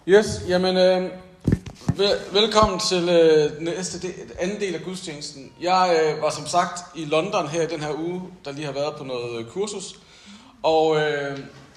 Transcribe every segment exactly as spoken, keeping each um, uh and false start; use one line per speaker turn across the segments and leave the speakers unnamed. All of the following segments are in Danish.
Yes, jamen øh, vel, velkommen til øh, næste del, anden del af gudstjenesten. Jeg øh, var som sagt i London her i den her uge, der lige har været på noget øh, kursus. Og øh,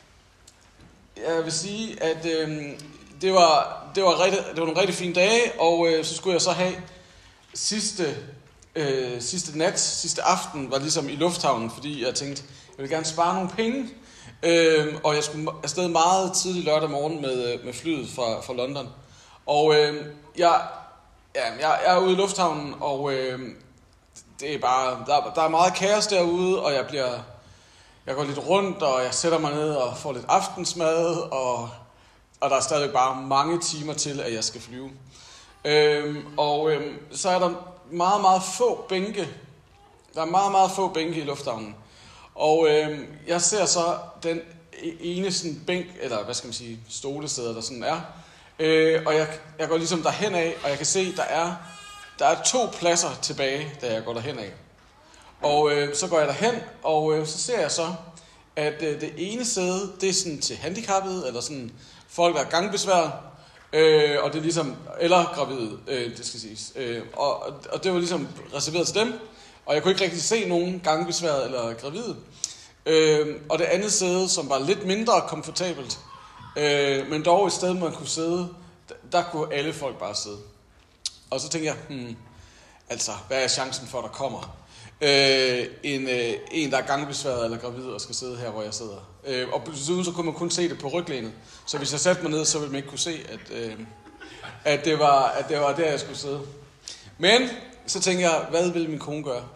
jeg vil sige, at øh, det, var, det, var rigtig, det var nogle rigtig fine dage, og øh, så skulle jeg så have sidste, øh, sidste nat, sidste aften, var ligesom i lufthavnen, fordi jeg tænkte, jeg vil gerne spare nogle penge. Øhm, og jeg skulle afsted meget tidligt lørdag morgen med, med flyet fra, fra London. Og øhm, jeg, ja, jeg, jeg er ude i lufthavnen, og øhm, det er bare, der, der er meget kaos derude, og jeg bliver, jeg går lidt rundt, og jeg sætter mig ned og får lidt aftensmad, og, og der er stadig bare mange timer til, at jeg skal flyve. Øhm, og øhm, så er der meget, meget få bænke. Der er meget, meget få bænke i lufthavnen. Og øh, jeg ser så den ene sådan bænk, eller hvad skal man sige, stolesteder, der sådan er. Øh, og jeg, jeg går ligesom derhen af, og jeg kan se, der er, der er to pladser tilbage, da jeg går derhen af. Og øh, så går jeg derhen, og øh, så ser jeg så, at øh, det ene sæde, det er sådan til handicappede, eller sådan folk, der er gangbesværet. Øh, og det er ligesom, eller gravide, øh, det skal siges. Øh, og, og det var ligesom reserveret til dem. Og jeg kunne ikke rigtig se nogen gangbesværet eller gravide. Øh, og det andet sæde, som var lidt mindre komfortabelt, øh, men dog et sted, man kunne sidde, der, der kunne alle folk bare sidde. Og så tænkte jeg, hmm, altså, hvad er chancen for, at der kommer øh, en, øh, en, der er gangbesværet eller gravid og skal sidde her, hvor jeg sidder. Øh, og desuden så kunne man kun se det på ryglænet. Så hvis jeg satte mig ned, så ville man ikke kunne se, at, øh, at, det, var, at det var der, jeg skulle sidde. Men så tænkte jeg, hvad vil min kone gøre?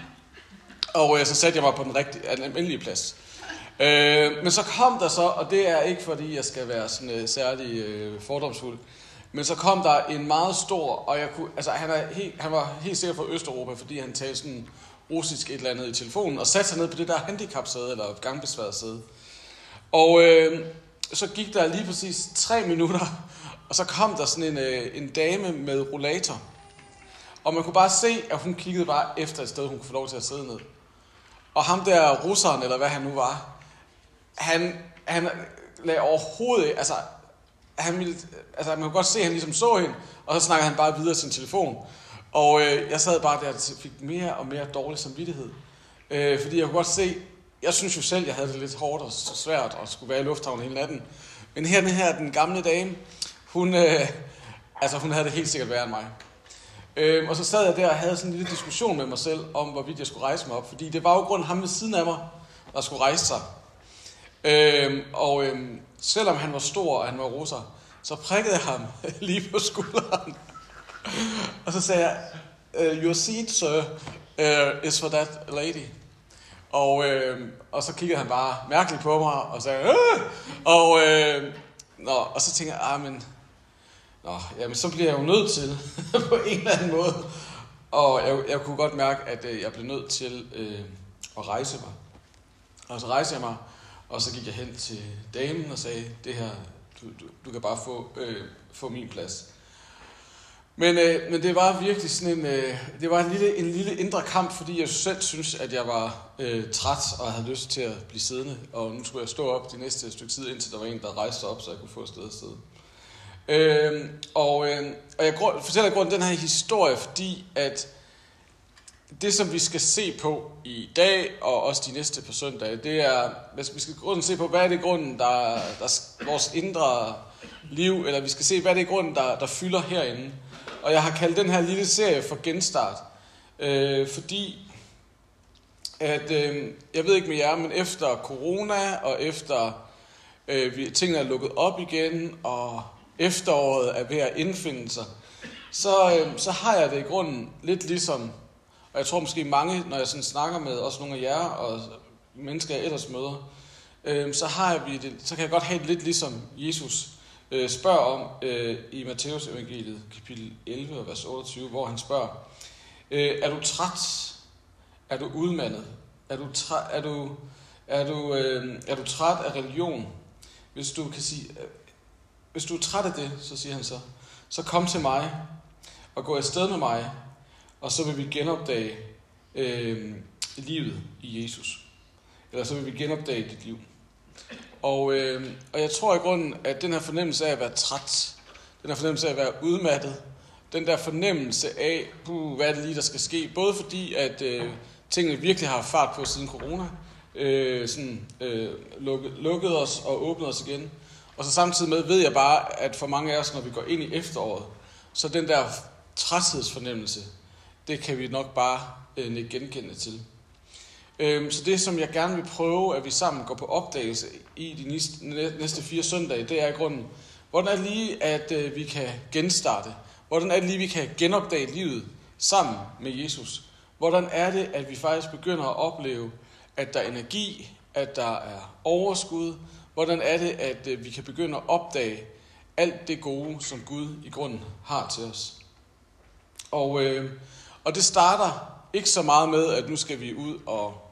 Og øh, så satte jeg mig på den rigtige, den almindelige plads. Øh, men så kom der så, og det er ikke fordi jeg skal være sådan øh, særlig øh, fordomsfuld, men så kom der en meget stor, og jeg kunne, altså han, er helt, han var helt sikkert fra Østeuropa, fordi han talte sådan russisk et eller andet i telefonen, og satte sig ned på det der handicapsæde, eller gangbesværet sæde. Og øh, så gik der lige præcis tre minutter, og så kom der sådan en, øh, en dame med rollator. Og man kunne bare se, at hun kiggede bare efter et sted, hun kunne få lov til at sidde ned. Og ham der russeren, eller hvad han nu var, han, han lagde overhovedet, altså, han ville, altså man kunne godt se, at han ligesom så hende, og så snakkede han bare videre sin telefon. Og øh, jeg sad bare der og fik mere og mere dårlig samvittighed. Øh, fordi jeg kunne godt se, jeg synes jo selv, jeg havde det lidt hårdt og svært at skulle være i lufthavnen hele natten. Men her, den her, den gamle dame, hun, øh, altså, hun havde det helt sikkert værre end mig. Øhm, og så sad jeg der og havde sådan en lille diskussion med mig selv om, hvorvidt jeg skulle rejse mig op. Fordi det var jo grunden ham ved siden af mig, der skulle rejse sig. Øhm, og øhm, selvom han var stor og han var russer, så prikkede jeg ham lige på skulderen. Og så sagde jeg, your seat, sir, uh, is for that lady. Og, øhm, og så kiggede han bare mærkeligt på mig og sagde, Åh! og, øhm, nå, og så tænkte jeg, ah, men... Nå, jamen så bliver jeg jo nødt til, på en eller anden måde. Og jeg, jeg kunne godt mærke, at øh, jeg blev nødt til øh, at rejse mig. Og så rejste jeg mig, og så gik jeg hen til damen og sagde, det her, du, du, du kan bare få, øh, få min plads. Men, øh, men det var virkelig sådan en, øh, det var en lille, en lille indre kamp, fordi jeg selv synes, at jeg var øh, træt og havde lyst til at blive siddende. Og nu skulle jeg stå op de næste stykke tid, indtil der var en, der rejste op, så jeg kunne få et sted at sidde. Øhm, og, øhm, og jeg fortæller i grunden den her historie, fordi at det, som vi skal se på i dag, og også de næste par søndage, det er, vi skal grunden se på, hvad er det grunden, der, der vores indre liv, eller vi skal se, hvad er det grunden, der, der fylder herinde. Og jeg har kaldt den her lille serie for Genstart, øh, fordi at, øh, jeg ved ikke med jer, men efter corona, og efter øh, vi, tingene er lukket op igen, og efteråret er ved at indfinde sig, så, øh, så har jeg det i grunden lidt ligesom, og jeg tror måske mange, når jeg sådan snakker med også nogle af jer, og mennesker jeg ellers møder, øh, så, har jeg det, så kan jeg godt have det lidt ligesom Jesus øh, spørger om øh, i Matteus evangeliet, kapitel elleve, vers otteogtyve, hvor han spørger, øh, er du træt? Er du udmandet? Er du, træt, er du, er du, øh, er du træt af religion? Hvis du kan sige... Hvis du er træt af det, så siger han så, så kom til mig og gå afsted med mig, og så vil vi genopdage øh, livet i Jesus. Eller så vil vi genopdage dit liv. Og, øh, og jeg tror i grunden, at den her fornemmelse af at være træt, den her fornemmelse af at være udmattet, den der fornemmelse af, uh, hvad er det lige, der skal ske, både fordi, at øh, tingene virkelig har fart på siden corona, øh, sådan, øh, lukket, lukket os og åbnet os igen, og så samtidig med ved jeg bare, at for mange af os, når vi går ind i efteråret, så den der træthedsfornemmelse, det kan vi nok bare øh, ikke genkende til. Øh, så det, som jeg gerne vil prøve, at vi sammen går på opdagelse i de næste, næste fire søndage, det er i grunden, hvordan er det lige, at øh, vi kan genstarte? Hvordan er det lige, vi kan genopdage livet sammen med Jesus? Hvordan er det, at vi faktisk begynder at opleve, at der er energi, at der er overskud? Hvordan er det, at øh, vi kan begynde at opdage alt det gode, som Gud i grunden har til os? Og, øh, og det starter ikke så meget med, at nu skal vi ud og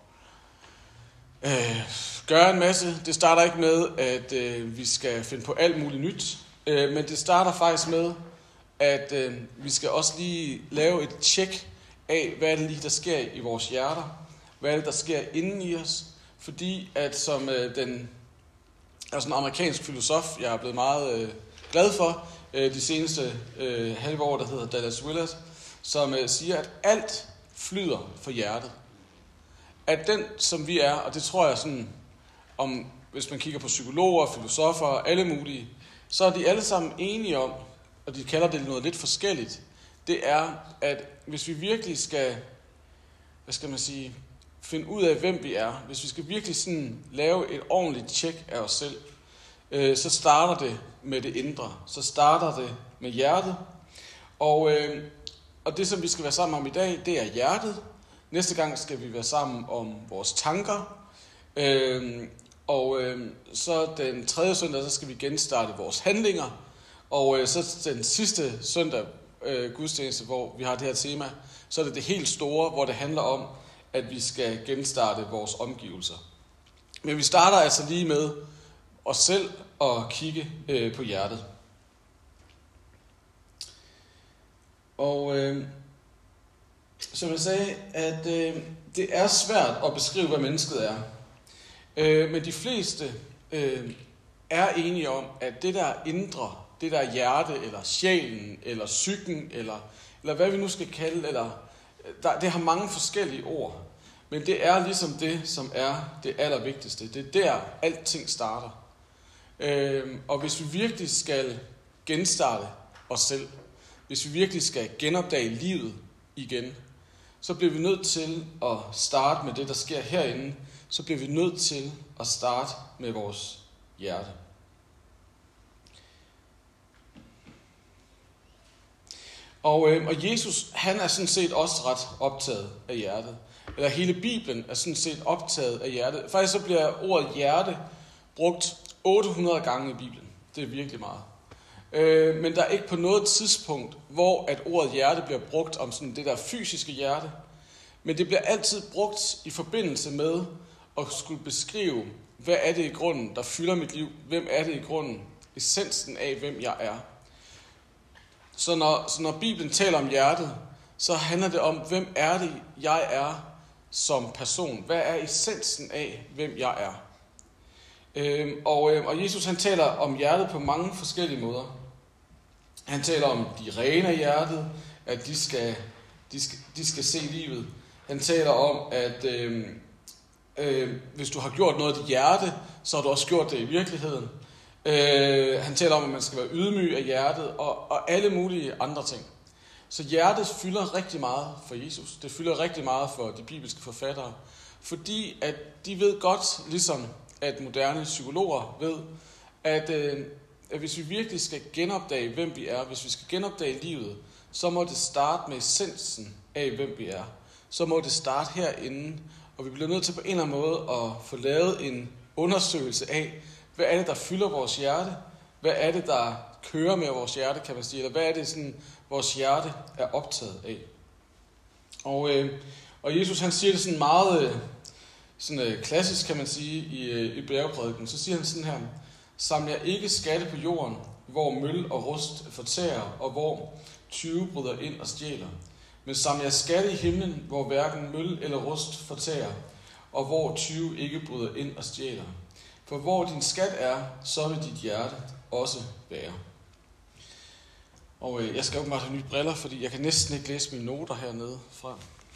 øh, gøre en masse. Det starter ikke med, at øh, vi skal finde på alt muligt nyt. Øh, men det starter faktisk med, at øh, vi skal også lige lave et tjek af, hvad er det lige, der sker i vores hjerter. Hvad er det, der sker inden i os. Fordi at som øh, den altså en amerikansk filosof, jeg er blevet meget øh, glad for øh, de seneste øh, halve år, der hedder Dallas Willard, som øh, siger, at alt flyder for hjertet. At den, som vi er, og det tror jeg sådan, om, hvis man kigger på psykologer, filosofer og alle mulige, så er de alle sammen enige om, og de kalder det noget lidt forskelligt, det er, at hvis vi virkelig skal, hvad skal man sige, finde ud af, hvem vi er, hvis vi skal virkelig sådan lave et ordentligt tjek af os selv, øh, så starter det med det indre. Så starter det med hjertet. Og, øh, og det, som vi skal være sammen om i dag, det er hjertet. Næste gang skal vi være sammen om vores tanker. Øh, og øh, så den tredje søndag, så skal vi genstarte vores handlinger. Og øh, så den sidste søndag, øh, gudstjeneste, hvor vi har det her tema, så er det det helt store, hvor det handler om, at vi skal genstarte vores omgivelser. Men vi starter altså lige med os selv og kigge øh, på hjertet. Og øh, som jeg sagde, at øh, det er svært at beskrive, hvad mennesket er. Øh, men de fleste øh, er enige om, at det der indre, det der hjerte, eller sjælen, eller psyken, eller, eller hvad vi nu skal kalde, eller, der, det har mange forskellige ord. Men det er ligesom det, som er det allervigtigste. Det er der, alting starter. Øh, og hvis vi virkelig skal genstarte os selv, hvis vi virkelig skal genopdage livet igen, så bliver vi nødt til at starte med det, der sker herinde. Så bliver vi nødt til at starte med vores hjerte. Og, øh, og Jesus, han er sådan set også ret optaget af hjertet. Eller hele Bibelen er sådan set optaget af hjertet. Faktisk så bliver ordet hjerte brugt otte hundrede gange i Bibelen. Det er virkelig meget. Øh, men der er ikke på noget tidspunkt, hvor at ordet hjerte bliver brugt om sådan det der fysiske hjerte. Men det bliver altid brugt i forbindelse med at skulle beskrive, hvad er det i grunden, der fylder mit liv? Hvem er det i grunden? Essensen af, hvem jeg er. Så når, så når Bibelen taler om hjertet, så handler det om, hvem er det, jeg er som person? Hvad er essensen af, hvem jeg er? Øhm, og, øh, og Jesus han taler om hjertet på mange forskellige måder. Han taler om de rene af hjertet, at de skal, de skal, de skal se livet. Han taler om, at øh, øh, hvis du har gjort noget af dit hjerte, så har du også gjort det i virkeligheden. Øh, han taler om, at man skal være ydmyg af hjertet, og, og alle mulige andre ting. Så hjertet fylder rigtig meget for Jesus. Det fylder rigtig meget for de bibelske forfattere. Fordi at de ved godt, ligesom at moderne psykologer ved, at, øh, at hvis vi virkelig skal genopdage, hvem vi er, hvis vi skal genopdage livet, så må det starte med essensen af, hvem vi er. Så må det starte herinde, og vi bliver nødt til på en eller anden måde at få lavet en undersøgelse af, hvad er det, der fylder vores hjerte? Hvad er det, der kører med vores hjerte, kan man sige? Eller hvad er det, sådan, vores hjerte er optaget af? Og, øh, og Jesus, han siger det sådan meget øh, sådan, øh, klassisk, kan man sige, i, øh, i bjergprædiken. Så siger han sådan her: saml jer ikke skatte på jorden, hvor møl og rust fortærer, og hvor tyve bryder ind og stjæler. Men saml jer skatte i himlen, hvor hverken møl eller rust fortærer, og hvor tyve ikke bryder ind og stjæler. For hvor din skat er, så vil dit hjerte også være. Og øh, jeg skal jo åbenbart have nye briller, fordi jeg kan næsten ikke læse mine noter hernede fra.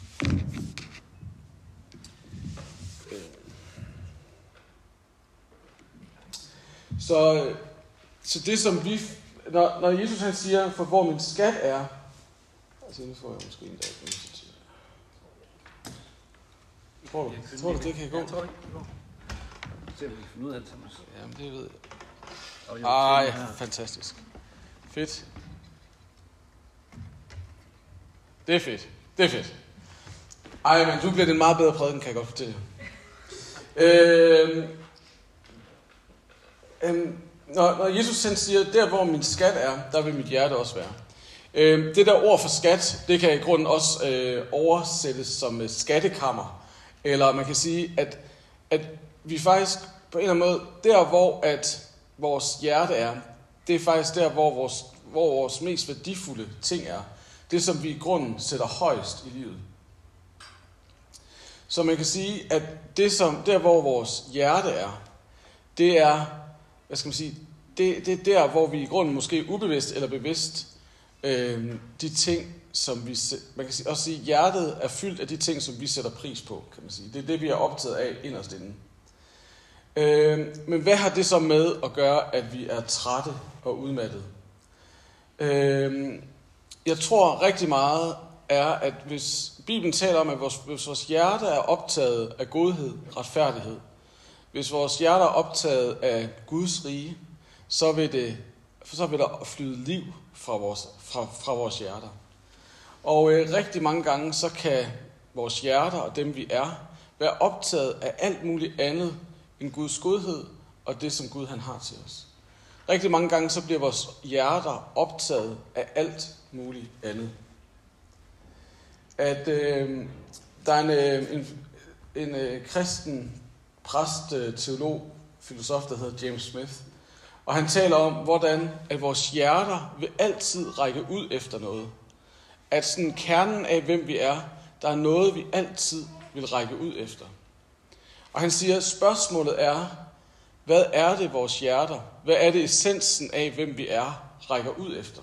Så, så det som vi, når, når Jesus han siger, for hvor min skat er, altså nu får jeg måske en dag på initiativ. Tror du, tror du det kan gå?
Jeg tror det kan gå. Se, om vi kan finde ud af det sammen.
Jamen det ved jeg. Ej, fantastisk. Fedt. Det er fedt. Det er fedt. Ej, men du bliver den meget bedre prædiken, kan jeg godt fortælle. Øhm, øhm, når, når Jesus selv siger, der hvor min skat er, der vil mit hjerte også være. Øhm, det der ord for skat, det kan i grunden også øh, oversættes som øh, skattekammer. Eller man kan sige, at, at vi faktisk på en eller anden måde, der hvor at vores hjerte er, det er faktisk der, hvor vores, hvor vores mest værdifulde ting er. Det, som vi i grunden sætter højst i livet. Så man kan sige, at det som, der hvor vores hjerte er, det er, hvad skal man sige, det, det er der, hvor vi i grunden måske ubevidst eller bevidst, øh, de ting, som vi, man kan også sige, hjertet er fyldt af de ting, som vi sætter pris på, kan man sige. Det er det, vi er optaget af inderst inde. Øh, men hvad har det så med at gøre, at vi er trætte og udmattede? Øh, jeg tror rigtig meget er, at hvis Bibelen taler om, at vores, hvis vores hjerte er optaget af godhed, retfærdighed, hvis vores hjerte er optaget af Guds rige, så vil, det, så vil der flyde liv fra vores, fra, fra vores hjerter. Og øh, rigtig mange gange, så kan vores hjerter og dem vi er, være optaget af alt muligt andet end Guds godhed og det, som Gud han har til os. Rigtig mange gange, så bliver vores hjerter optaget af alt muligt andet. At øh, der er en, øh, en, en øh, kristen præst, øh, teolog, filosof, der hedder James Smith, og han taler om, hvordan at vores hjerter vil altid række ud efter noget. At sådan kernen af, hvem vi er, der er noget, vi altid vil række ud efter. Og han siger, spørgsmålet er, hvad er det vores hjerter, hvad er det essensen af, hvem vi er, rækker ud efter?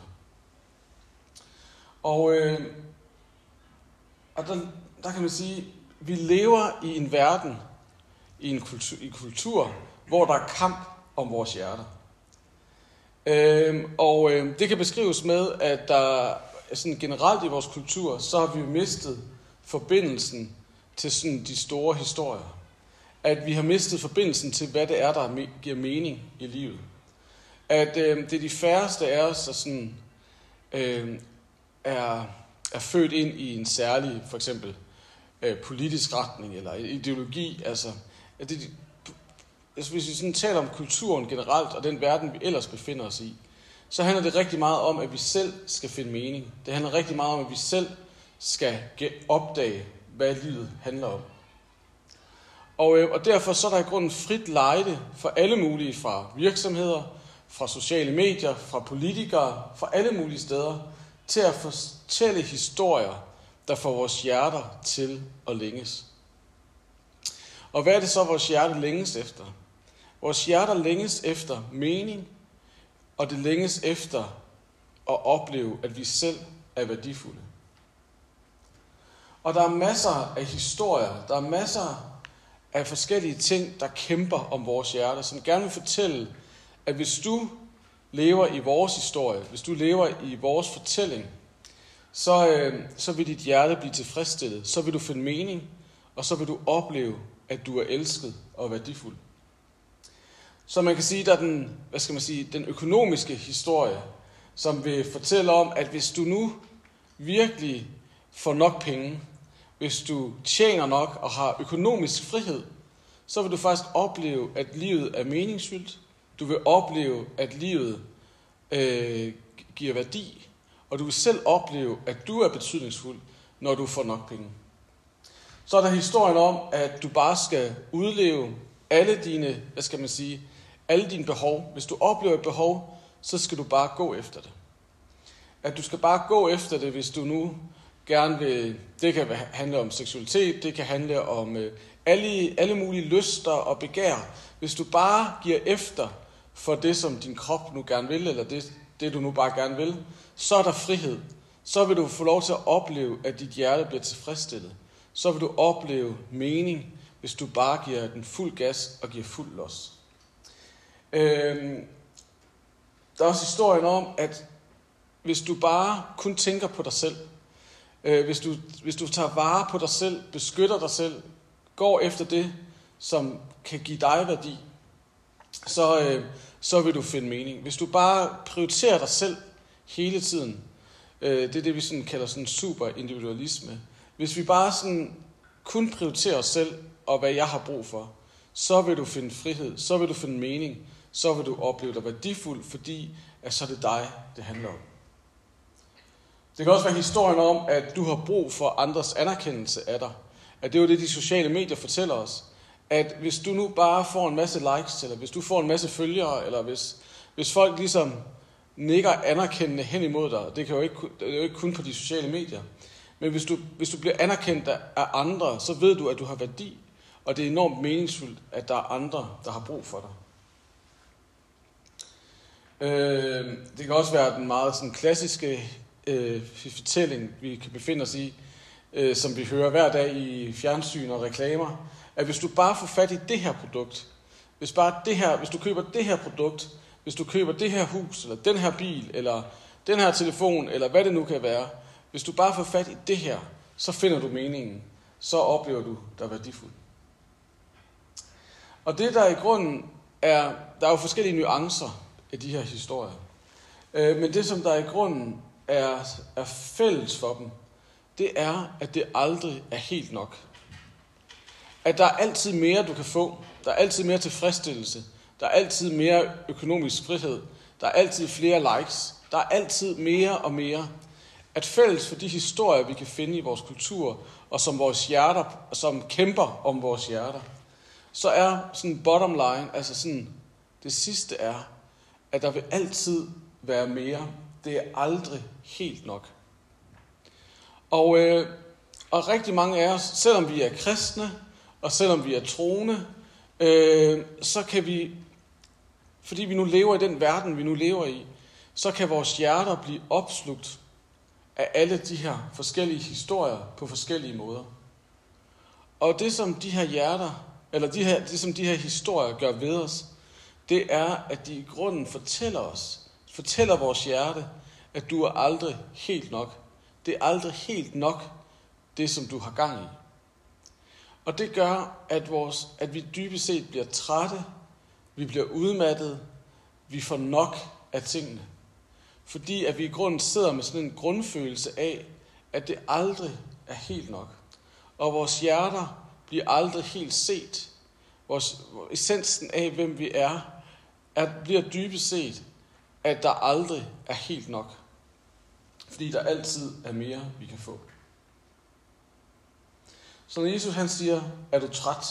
Og, øh, og der, der kan man sige, vi lever i en verden, i en kultur, i kultur hvor der er kamp om vores hjerter. Øh, og øh, det kan beskrives med, at der sådan generelt i vores kultur, så har vi mistet forbindelsen til sådan de store historier. At vi har mistet forbindelsen til, hvad det er, der giver mening i livet. At øh, det er de færreste af os, der sådan, øh, er, er født ind i en særlig, for eksempel, øh, politisk retning eller ideologi. Altså, at det, hvis vi sådan taler om kulturen generelt og den verden, vi ellers befinder os i, så handler det rigtig meget om, at vi selv skal finde mening. Det handler rigtig meget om, at vi selv skal opdage, hvad livet handler om. Og, øh, og derfor så er der i grunden frit lejde for alle mulige, fra virksomheder, fra sociale medier, fra politikere, fra alle mulige steder, til at fortælle historier, der får vores hjerter til at længes. Og hvad er det så, vores hjerte længes efter? Vores hjerter længes efter mening, og det længes efter at opleve, at vi selv er værdifulde. Og der er masser af historier, der er masser af forskellige ting, der kæmper om vores hjerte, som gerne vil fortælle, at hvis du lever i vores historie, hvis du lever i vores fortælling, så, øh, så vil dit hjerte blive tilfredsstillet, så vil du finde mening, og så vil du opleve, at du er elsket og værdifuld. Så man kan sige, der er den, hvad skal man sige, den økonomiske historie, som vil fortælle om, at hvis du nu virkelig får nok penge, hvis du tjener nok og har økonomisk frihed, så vil du faktisk opleve, at livet er meningsfyldt. Du vil opleve, at livet øh, giver værdi, og du vil selv opleve, at du er betydningsfuld, når du får nok penge. Så er der historien om, at du bare skal udleve alle dine, hvad skal man sige, alle dine behov. Hvis du oplever et behov, så skal du bare gå efter det. At du skal bare gå efter det, hvis du nu gerne vil, det kan handle om seksualitet, det kan handle om øh, alle, alle mulige lyster og begær. Hvis du bare giver efter for det, som din krop nu gerne vil, eller det, det du nu bare gerne vil, så er der frihed. Så vil du få lov til at opleve, at dit hjerte bliver tilfredsstillet. Så vil du opleve mening, hvis du bare giver den fuld gas og giver fuld los. Øhm, der er også historien om, at hvis du bare kun tænker på dig selv, øh, hvis, du, hvis du tager vare på dig selv, beskytter dig selv, går efter det, som kan give dig værdi, så, øh, så vil du finde mening. Hvis du bare prioriterer dig selv hele tiden, øh, det er det, vi sådan kalder sådan super individualisme. Hvis vi bare sådan kun prioriterer os selv og hvad jeg har brug for, så vil du finde frihed, så vil du finde mening, så vil du opleve dig værdifuld, fordi at så er det dig, det handler om. Det kan også være historien om, at du har brug for andres anerkendelse af dig. At det er jo det, de sociale medier fortæller os. At hvis du nu bare får en masse likes, eller hvis du får en masse følgere, eller hvis, hvis folk ligesom nikker anerkendende hen imod dig, det, kan jo ikke, det er jo ikke kun på de sociale medier, men hvis du, hvis du bliver anerkendt af andre, så ved du, at du har værdi, og det er enormt meningsfuldt, at der er andre, der har brug for dig. Øh, det kan også være den meget sådan, klassiske øh, fortælling, vi kan befinde os i, øh, som vi hører hver dag i fjernsyn og reklamer, at hvis du bare får fat i det her produkt, hvis, bare det her, hvis du køber det her produkt, hvis du køber det her hus, eller den her bil, eller den her telefon, eller hvad det nu kan være, hvis du bare får fat i det her, så finder du meningen, så oplever du dig værdifuld. Og det der i grunden er, der er jo forskellige nuancer af de her historier, øh, men det som der i grunden er, er fælles for dem, det er, at det aldrig er helt nok. At der er altid mere, du kan få. Der er altid mere tilfredsstillelse. Der er altid mere økonomisk frihed. Der er altid flere likes. Der er altid mere og mere. At fælles for de historier, vi kan finde i vores kultur, og som vores hjerter, som kæmper om vores hjerter, så er sådan bottom line, altså sådan, det sidste er, at der vil altid være mere. Det er aldrig helt nok. Og, øh, og rigtig mange af os, selvom vi er kristne, og selvom vi er troende, øh, så kan vi, fordi vi nu lever i den verden, vi nu lever i, så kan vores hjerter blive opslugt af alle de her forskellige historier på forskellige måder. Og det som de her hjerter, eller de her, det som de her historier gør ved os, det er, at de i grunden fortæller os, fortæller vores hjerte, at du er aldrig helt nok. Det er aldrig helt nok, det som du har gang i. Og det gør, at, vores, at vi dybest set bliver trætte, vi bliver udmattede, vi får nok af tingene. Fordi at vi i grunden sidder med sådan en grundfølelse af, at det aldrig er helt nok. Og vores hjerter bliver aldrig helt set. Vores essensen af, hvem vi er, er bliver dybest set, at der aldrig er helt nok. Fordi der altid er mere, vi kan få. Så når Jesus han siger, er du træt?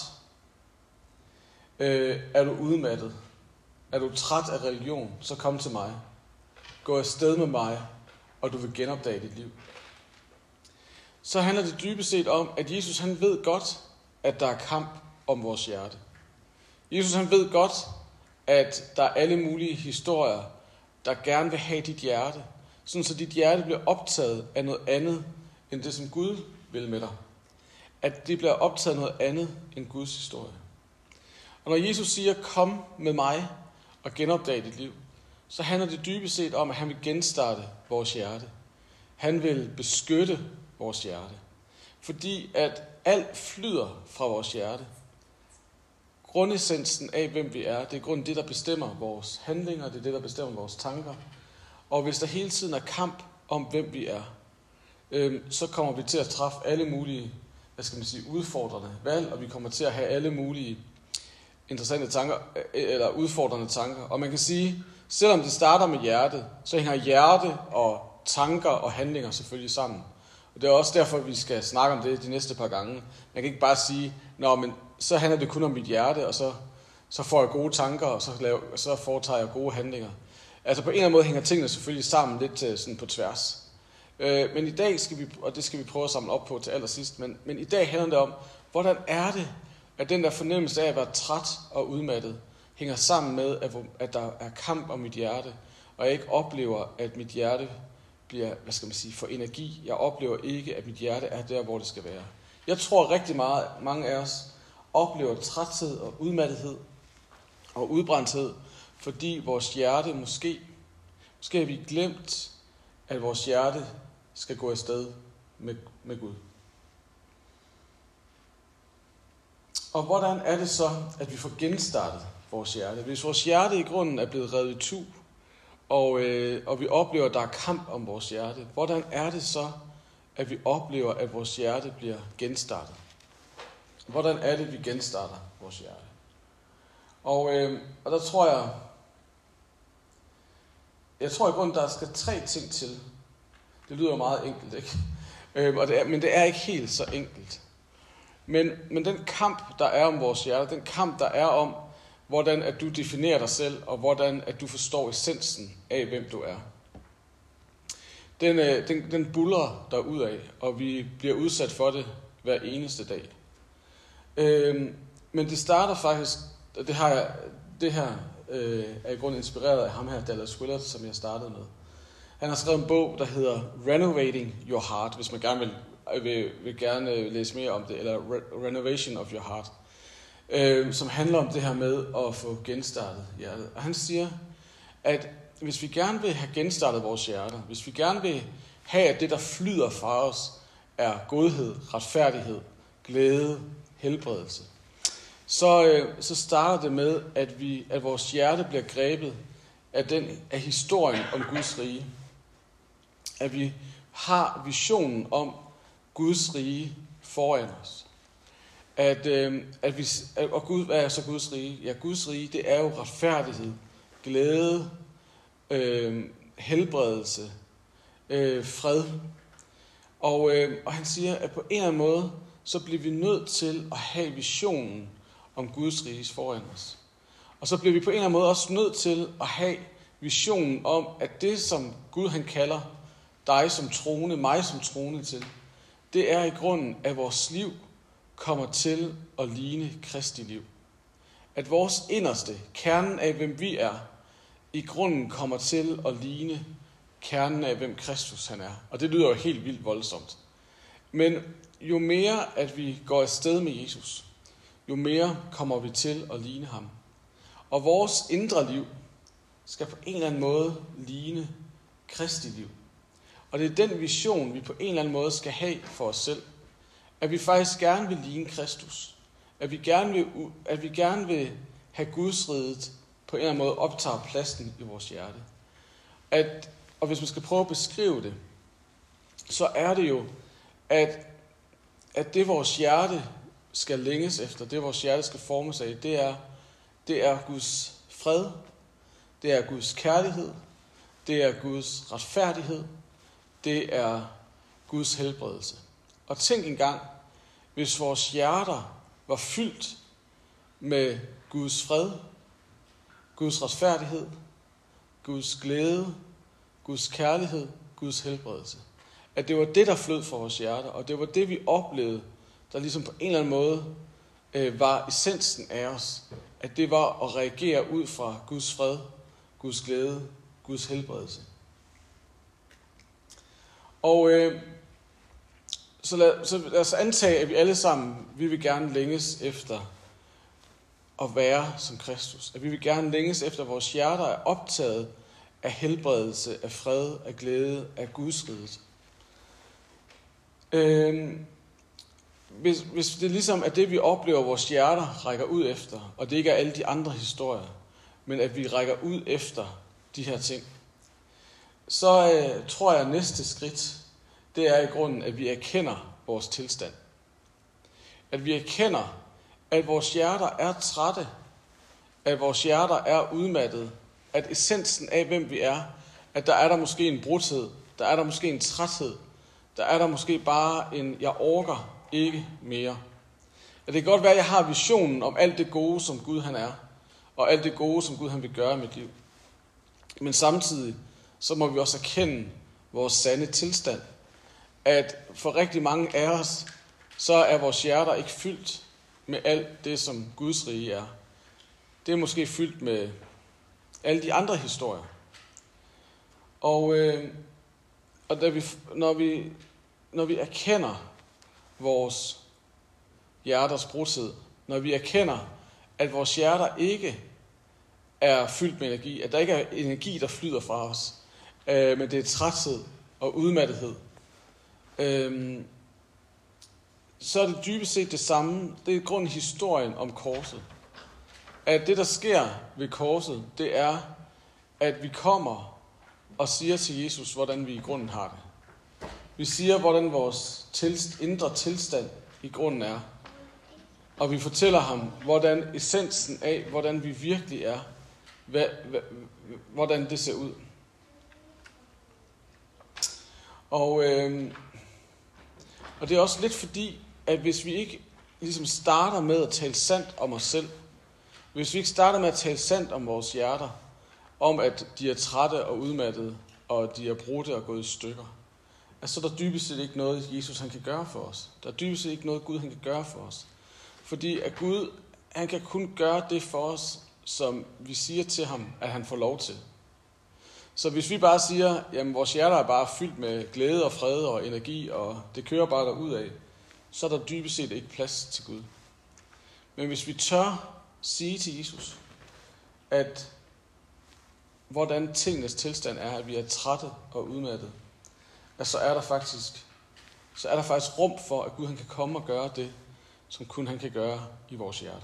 Øh, er du udmattet? Er du træt af religion? Så kom til mig. Gå afsted med mig, og du vil genopdage dit liv. Så handler det dybest set om, at Jesus han ved godt, at der er kamp om vores hjerte. Jesus han ved godt, at der er alle mulige historier, der gerne vil have dit hjerte, sådan så dit hjerte bliver optaget af noget andet, end det som Gud vil med dig. At det bliver optaget af noget andet end Guds historie. Og når Jesus siger, kom med mig og genopdag dit liv, så handler det dybest set om, at han vil genstarte vores hjerte. Han vil beskytte vores hjerte. Fordi at alt flyder fra vores hjerte. Grundessensen af, hvem vi er, det er grunden det, der bestemmer vores handlinger, det er det, der bestemmer vores tanker. Og hvis der hele tiden er kamp om, hvem vi er, øh, så kommer vi til at træffe alle mulige, hvad skal man sige, udfordrende valg, og vi kommer til at have alle mulige interessante tanker, eller udfordrende tanker. Og man kan sige, selvom det starter med hjertet, så hænger hjerte og tanker og handlinger selvfølgelig sammen. Og det er også derfor, vi skal snakke om det de næste par gange. Man kan ikke bare sige, nå, men så handler det kun om mit hjerte, og så, så får jeg gode tanker, og så, laver, så foretager jeg gode handlinger. Altså på en eller anden måde hænger tingene selvfølgelig sammen lidt sådan på tværs. Øh, men i dag skal vi, og det skal vi prøve at samle op på til allersidst, men, men i dag handler det om, hvordan er det, at den der fornemmelse af at være træt og udmattet, hænger sammen med, at der er kamp om mit hjerte, og jeg ikke oplever, at mit hjerte bliver, hvad skal man sige, for energi. Jeg oplever ikke, at mit hjerte er der, hvor det skal være. Jeg tror rigtig meget, mange af os oplever træthed og udmattethed og udbrændthed, fordi vores hjerte måske, måske har vi glemt, at vores hjerte skal gå afsted med, med Gud. Og hvordan er det så, at vi får genstartet vores hjerte? Hvis vores hjerte i grunden er blevet revet itu, og, øh, og vi oplever, at der er kamp om vores hjerte, hvordan er det så, at vi oplever, at vores hjerte bliver genstartet? Hvordan er det, vi genstarter vores hjerte? Og, øh, og der tror jeg, jeg tror i grunden, der skal tre ting til. Det lyder meget enkelt, ikke? Øh, og det er, men det er ikke helt så enkelt. Men, men den kamp, der er om vores hjerte, den kamp, der er om, hvordan at du definerer dig selv, og hvordan at du forstår essensen af, hvem du er, den, øh, den, den buldrer derudad, og vi bliver udsat for det hver eneste dag. Øh, men det starter faktisk, det, har jeg, det her øh, er i grunden inspireret af ham her, Dallas Willard, som jeg startede med. Han har skrevet en bog, der hedder Renovating Your Heart, hvis man gerne vil, vil, vil gerne læse mere om det, eller Re- Renovation of Your Heart, øh, som handler om det her med at få genstartet hjertet. Og han siger, at hvis vi gerne vil have genstartet vores hjerter, hvis vi gerne vil have, at det, der flyder fra os, er godhed, retfærdighed, glæde, helbredelse, så, øh, så starter det med, at, vi, at vores hjerte bliver grebet af, den, af historien om Guds rige. At vi har visionen om Guds rige foran os. At, øh, at vi, at, og Gud, hvad er så Guds rige? Ja, Guds rige, det er jo retfærdighed, glæde, øh, helbredelse, øh, fred. Og, øh, og han siger, at på en eller anden måde, så bliver vi nødt til at have visionen om Guds riges foran os. Og så bliver vi på en eller anden måde også nødt til at have visionen om, at det, som Gud han kalder dig som troende, mig som troende til, det er i grunden, at vores liv kommer til at ligne Kristi liv. At vores inderste, kernen af, hvem vi er, i grunden kommer til at ligne kernen af, hvem Kristus han er. Og det lyder jo helt vildt voldsomt. Men jo mere, at vi går afsted med Jesus, jo mere kommer vi til at ligne ham. Og vores indre liv skal på en eller anden måde ligne Kristi liv. Og det er den vision, vi på en eller anden måde skal have for os selv. At vi faktisk gerne vil ligne Kristus. At vi gerne vil, at vi gerne vil have Guds riget på en eller anden måde optager pladsen i vores hjerte. At, og hvis man skal prøve at beskrive det, så er det jo, at, at det vores hjerte skal længes efter, det vores hjerte skal formes af, det er, det er Guds fred, det er Guds kærlighed, det er Guds retfærdighed, det er Guds helbredelse. Og tænk engang, hvis vores hjerter var fyldt med Guds fred, Guds retfærdighed, Guds glæde, Guds kærlighed, Guds helbredelse. At det var det, der flød fra vores hjerter, og det var det, vi oplevede, der ligesom på en eller anden måde øh, var essensen af os. At det var at reagere ud fra Guds fred, Guds glæde, Guds helbredelse. Og øh, så, lad, så lad os antage, at vi alle sammen, vi vil gerne længes efter at være som Kristus. At vi vil gerne længes efter, at vores hjerter er optaget af helbredelse, af fred, af glæde, af Guds riget. Øh, hvis, hvis det ligesom er det, vi oplever, vores hjerter rækker ud efter, og det ikke er alle de andre historier, men at vi rækker ud efter de her ting, så øh, tror jeg, at næste skridt, det er i grunden, at vi erkender vores tilstand. At vi erkender, at vores hjerter er trætte, at vores hjerter er udmattede, at essensen af, hvem vi er, at der er der måske en brudhed, der er der måske en træthed, der er der måske bare en, jeg orker ikke mere. At det kan godt være, at jeg har visionen om alt det gode, som Gud han er, og alt det gode, som Gud han vil gøre i mit liv. Men samtidig, så må vi også erkende vores sande tilstand. At for rigtig mange af os, så er vores hjerter ikke fyldt med alt det, som Guds rige er. Det er måske fyldt med alle de andre historier. Og, øh, og da vi, når, vi, når vi erkender vores hjerters brudhed, når vi erkender, at vores hjerter ikke er fyldt med energi, at der ikke er energi, der flyder fra os, øh, men det er træthed og udmattethed, øh, så er det dybest set det samme. Det er grunden historien om korset. At det, der sker ved korset, det er, at vi kommer og siger til Jesus, hvordan vi i grunden har det. Vi siger, hvordan vores tilst- indre tilstand i grunden er. Og vi fortæller ham, hvordan essensen af, hvordan vi virkelig er, hvad, hvad, hvordan det ser ud. Og, øh, og det er også lidt fordi, at hvis vi ikke ligesom starter med at tale sandt om os selv, hvis vi ikke starter med at tale sandt om vores hjerter, om at de er trætte og udmattede, og de er brudte og gået i stykker, altså, så er der dybest set ikke noget, Jesus han kan gøre for os. Der er dybest set ikke noget, Gud han kan gøre for os. Fordi at Gud, han kan kun gøre det for os, som vi siger til ham, at han får lov til. Så hvis vi bare siger, jamen vores hjerter er bare fyldt med glæde og fred og energi, og det kører bare derudad, så er der dybest set ikke plads til Gud. Men hvis vi tør sige til Jesus, at hvordan tingenes tilstand er, at vi er trætte og udmattede, at så er der faktisk, så er der faktisk rum for, at Gud han kan komme og gøre det, som kun han kan gøre i vores hjerter.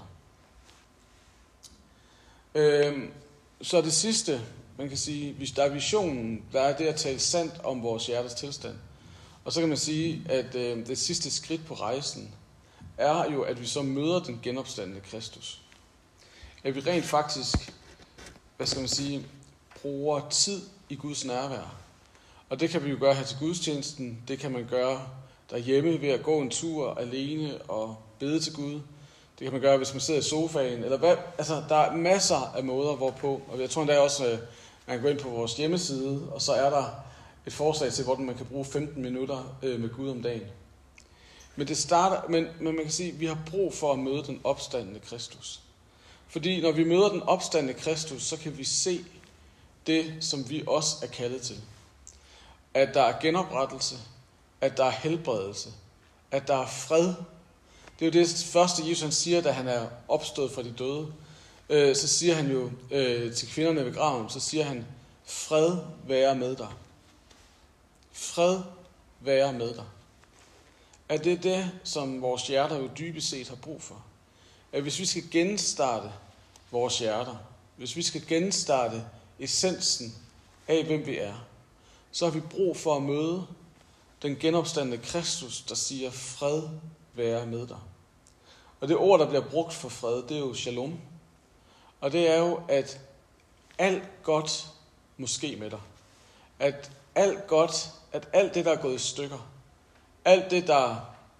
Øhm, så det sidste, man kan sige, hvis der er visionen, der er det at tale sandt om vores hjertes tilstand. Og så kan man sige, at øh, det sidste skridt på rejsen er jo, at vi så møder den genopstandne Kristus. At vi rent faktisk, hvad skal man sige, bruger tid i Guds nærvær. Og det kan vi jo gøre her til gudstjenesten. Det kan man gøre derhjemme ved at gå en tur alene og bede til Gud. Det kan man gøre, hvis man sidder i sofaen. Eller hvad? Altså, der er masser af måder, hvorpå. Og jeg tror endda også, at man kan gå ind på vores hjemmeside, og så er der et forslag til, hvordan man kan bruge femten minutter med Gud om dagen. Men det starter, men, men man kan sige, at vi har brug for at møde den opstandne Kristus. Fordi når vi møder den opstandne Kristus, så kan vi se det, som vi også er kaldet til. At der er genoprettelse, at der er helbredelse, at der er fred. Det er jo det første, Jesus han siger, da han er opstået fra de døde. Øh, så siger han jo øh, til kvinderne ved graven, så siger han, fred være med dig. Fred være med dig. At det er det, som vores hjerter jo dybest set har brug for. At hvis vi skal genstarte vores hjerter, hvis vi skal genstarte essensen af, hvem vi er, så har vi brug for at møde den genopstandne Kristus, der siger, fred være med dig. Og det ord, der bliver brugt for fred, det er jo shalom. Og det er jo, at alt godt må ske med dig. At alt godt, at alt det, der er gået i stykker, alt det, der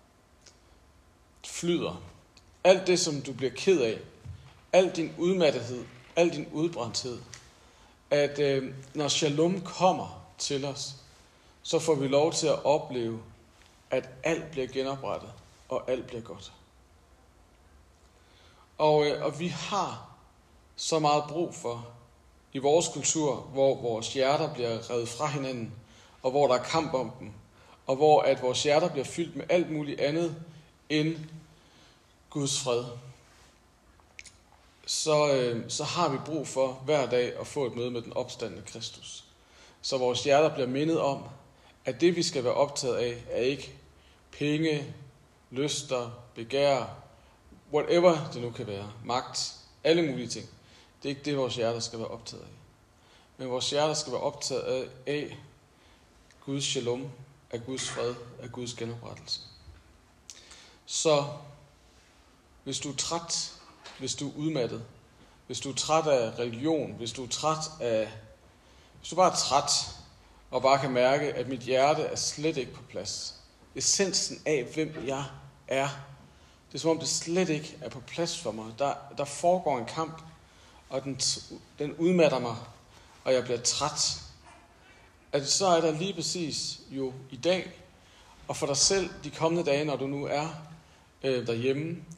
flyder, alt det, som du bliver ked af, al din udmattethed, al din udbrændthed, at øh, når shalom kommer til os, så får vi lov til at opleve, at alt bliver genoprettet, og alt bliver godt. Og, øh, og vi har så meget brug for, i vores kultur, hvor vores hjerter bliver revet fra hinanden, og hvor der er kamp om dem, og hvor at vores hjerter bliver fyldt med alt muligt andet end Guds fred, så, øh, så har vi brug for hver dag at få et møde med den opstandne Kristus. Så vores hjerter bliver mindet om, at det vi skal være optaget af, er ikke penge, lyster, begær, whatever det nu kan være, magt, alle mulige ting. Det er ikke det, vores hjerter skal være optaget af. Men vores hjerter skal være optaget af, af Guds shalom, af Guds fred, af Guds genoprettelse. Så hvis du er træt, hvis du er udmattet, hvis du er træt af religion, hvis du er træt af, hvis du bare er træt og bare kan mærke, at mit hjerte er slet ikke på plads. Essensen af, hvem jeg er. Det er som om det slet ikke er på plads for mig. Der, der foregår en kamp, og den, den udmatter mig, og jeg bliver træt. At så er der lige præcis jo i dag, og for dig selv de kommende dage, når du nu er øh, derhjemme,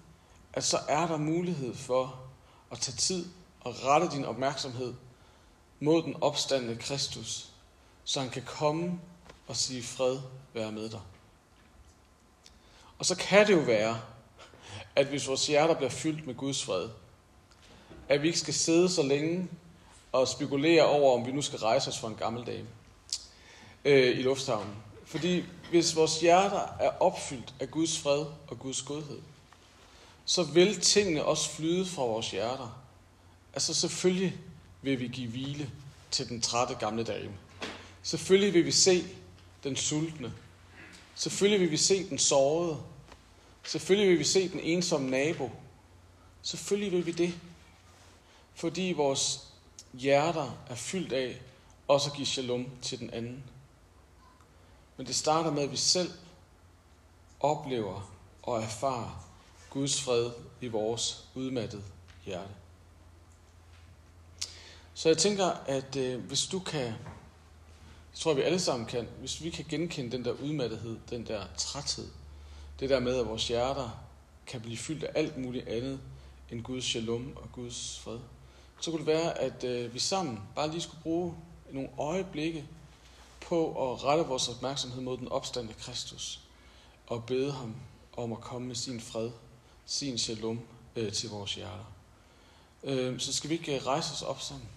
at så er der mulighed for at tage tid og rette din opmærksomhed mod den opstandne Kristus, så han kan komme og sige fred være med dig. Og så kan det jo være, at hvis vores hjerter bliver fyldt med Guds fred, at vi ikke skal sidde så længe og spekulere over, om vi nu skal rejse os for en gammel dame øh, i lufthavnen. Fordi hvis vores hjerter er opfyldt af Guds fred og Guds godhed, så vil tingene også flyde fra vores hjerter. Altså selvfølgelig vil vi give hvile til den trætte gamle dame. Selvfølgelig vil vi se den sultne. Selvfølgelig vil vi se den sårede. Selvfølgelig vil vi se den ensomme nabo. Selvfølgelig vil vi det. Fordi vores hjerter er fyldt af også at give shalom til den anden. Men det starter med, at vi selv oplever og erfarer Guds fred i vores udmattede hjerte. Så jeg tænker, at øh, hvis du kan, jeg tror vi alle sammen kan, hvis vi kan genkende den der udmattethed, den der træthed, det der med, at vores hjerter kan blive fyldt af alt muligt andet end Guds shalom og Guds fred, så kunne det være, at øh, vi sammen bare lige skulle bruge nogle øjeblikke på at rette vores opmærksomhed mod den opstandne Kristus og bede ham om at komme med sin fred, sin shalom øh, til vores hjerter. Øh, så skal vi ikke rejse os op sammen.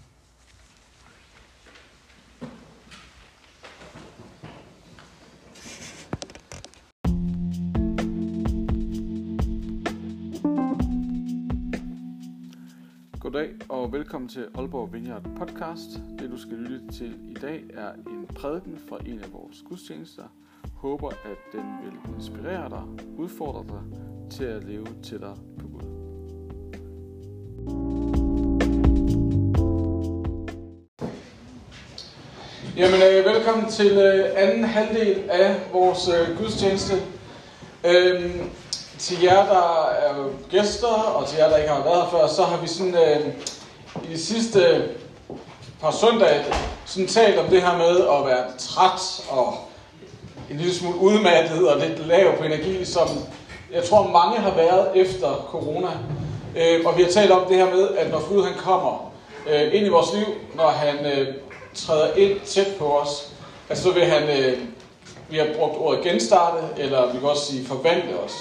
Goddag og velkommen til Aalborg Vineyard Podcast. Det du skal lytte til i dag er en prædiken fra en af vores gudstjenester. Håber at den vil inspirere dig, udfordre dig til at leve tættere på Gud. Jamen øh, velkommen til øh, anden halvdel af vores øh, gudstjeneste. Øhm, Til jer, der er gæster, og til jer, der ikke har været her før, så har vi sådan øh, i de sidste par søndage sådan talt om det her med at være træt og en lille smule udmattet og lidt lav på energi, som jeg tror mange har været efter corona. Øh, og vi har talt om det her med, at når Gud han kommer øh, ind i vores liv, når han øh, træder ind tæt på os, altså så vil han, øh, vi har brugt ordet genstarte, eller vi kan også sige forvandle os.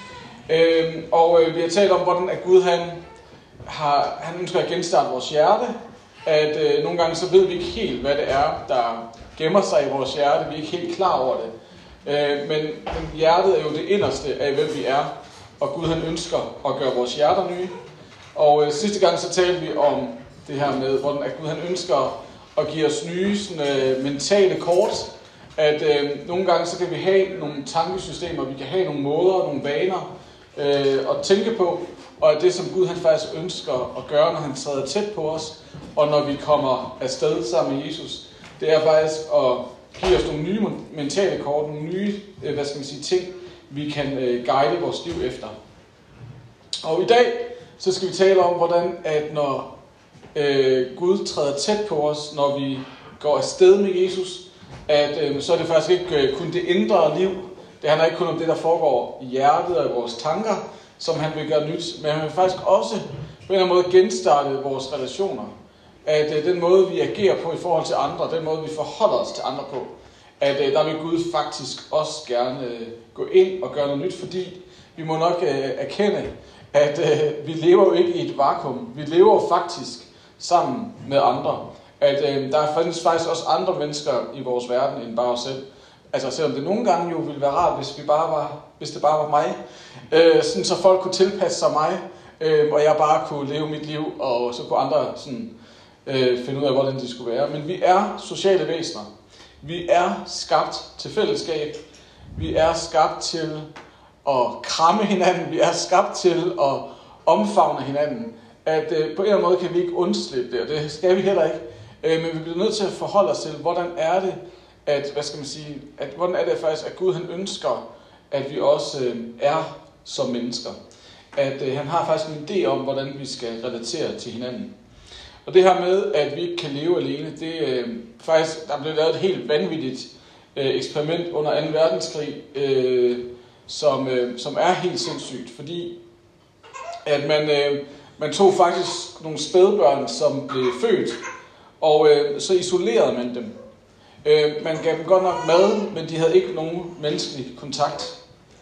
Øhm, og øh, vi har talt om, hvordan at Gud han, har, han ønsker at genstarte vores hjerte. At øh, nogle gange så ved vi ikke helt, hvad det er, der gemmer sig i vores hjerte. Vi er ikke helt klar over det. Øh, men, men hjertet er jo det inderste af, hvem vi er. Og Gud han ønsker at gøre vores hjerter nye. Og øh, sidste gang så talte vi om det her med, hvordan at Gud han ønsker at give os nye sådan, øh, mentale kort. At øh, nogle gange så kan vi have nogle tankesystemer, vi kan have nogle måder, nogle vaner øh, at tænke på, og at det som Gud han faktisk ønsker at gøre, når han træder tæt på os, og når vi kommer afsted sammen med Jesus, det er faktisk at give os nogle nye mentale kort, nogle nye, øh, hvad skal man sige, ting, vi kan øh, guide vores liv efter. Og i dag så skal vi tale om, hvordan at når øh, Gud træder tæt på os, når vi går afsted med Jesus, at øh, så er det faktisk ikke øh, kun det indre liv. Det handler ikke kun om det, der foregår i hjertet og i vores tanker, som han vil gøre nyt. Men han vil faktisk også på en eller anden måde genstarte vores relationer. At øh, den måde, vi agerer på i forhold til andre, den måde, vi forholder os til andre på, at øh, der vil Gud faktisk også gerne øh, gå ind og gøre noget nyt, fordi vi må nok øh, erkende, at øh, vi lever jo ikke i et vakuum. Vi lever jo faktisk sammen med andre. At øh, der findes faktisk også andre mennesker i vores verden end bare os selv. Altså selvom det nogle gange jo ville være rart, hvis, vi bare var, hvis det bare var mig. Øh, sådan så folk kunne tilpasse sig mig, øh, og jeg bare kunne leve mit liv, og så kunne andre sådan, øh, finde ud af, hvordan de skulle være. Men vi er sociale væsener. Vi er skabt til fællesskab. Vi er skabt til at kramme hinanden. Vi er skabt til at omfavne hinanden. At øh, på en eller anden måde kan vi ikke undslippe det, og det skal vi heller ikke. Men vi bliver nødt til at forholde os til, hvordan er det, at, hvad skal man sige, at, hvordan er det faktisk, at Gud han ønsker, at vi også øh, er som mennesker. At øh, han har faktisk en idé om, hvordan vi skal relatere til hinanden. Og det her med, at vi ikke kan leve alene, det øh, faktisk, der blev lavet et helt vanvittigt øh, eksperiment under anden verdenskrig, øh, som, øh, som er helt sindssygt, fordi at man, øh, man tog faktisk nogle spædbørn, som blev født, og øh, så isolerede man dem. Øh, man gav dem godt nok mad, men de havde ikke nogen menneskelig kontakt.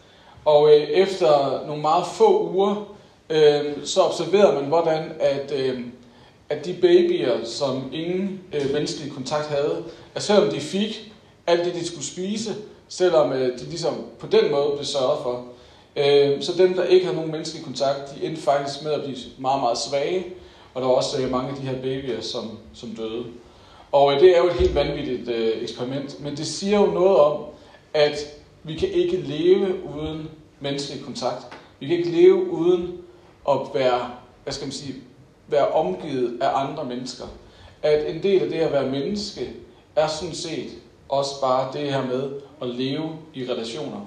Og øh, efter nogle meget få uger, øh, så observerede man, hvordan at, øh, at de babyer, som ingen øh, menneskelig kontakt havde, at selvom de fik alt det, de skulle spise, selvom øh, de ligesom på den måde blev sørget for, øh, så dem, der ikke havde nogen menneskelig kontakt, de endte faktisk med at blive meget, meget svage, og der var også øh, mange af de her babyer, som, som døde. Og øh, det er jo et helt vanvittigt øh, eksperiment, men det siger jo noget om, at vi kan ikke leve uden menneskelig kontakt. Vi kan ikke leve uden at være, hvad skal man sige, være omgivet af andre mennesker. At en del af det at være menneske er sådan set også bare det her med at leve i relationer.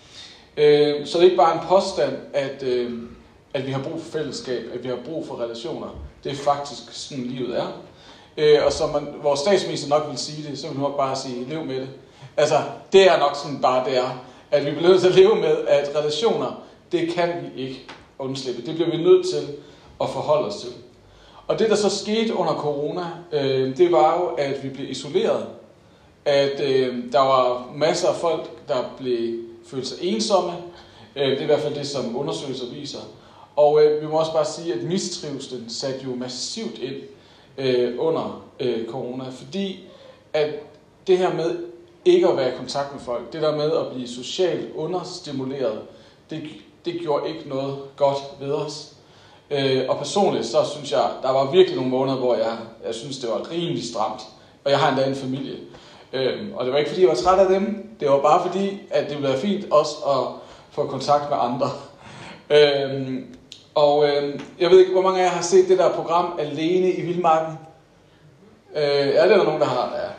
Øh, så det er ikke bare en påstand, at, øh, at vi har brug for fællesskab, at vi har brug for relationer. Det er faktisk sådan livet er. Øh, og som man, vores statsminister nok vil sige det, så vil man nok bare sige, lev med det. Altså, det er nok sådan bare det er. At vi bliver nødt til at leve med, at relationer, det kan vi ikke undslippe. Det bliver vi nødt til at forholde os til. Og det, der så skete under corona, øh, det var jo, at vi blev isoleret. At øh, der var masser af folk, der blev følt sig ensomme. Øh, det er i hvert fald det, som undersøgelser viser. Og øh, vi må også bare sige, at mistrivslen satte jo massivt ind øh, under øh, corona. Fordi at det her med ikke at være i kontakt med folk, det der med at blive socialt understimuleret, det, det gjorde ikke noget godt ved os. Øh, og personligt, så synes jeg, der var virkelig nogle måneder, hvor jeg, jeg synes, det var rimelig stramt. Og jeg har endda en familie. Øh, og det var ikke, fordi jeg var træt af dem. Det var bare fordi, at det ville være fint også at få kontakt med andre. Øh, og øh, jeg ved ikke, hvor mange af jer har set det der program Alene i Vildmarken? Øh, ja, det er der nogen, der har. Ja.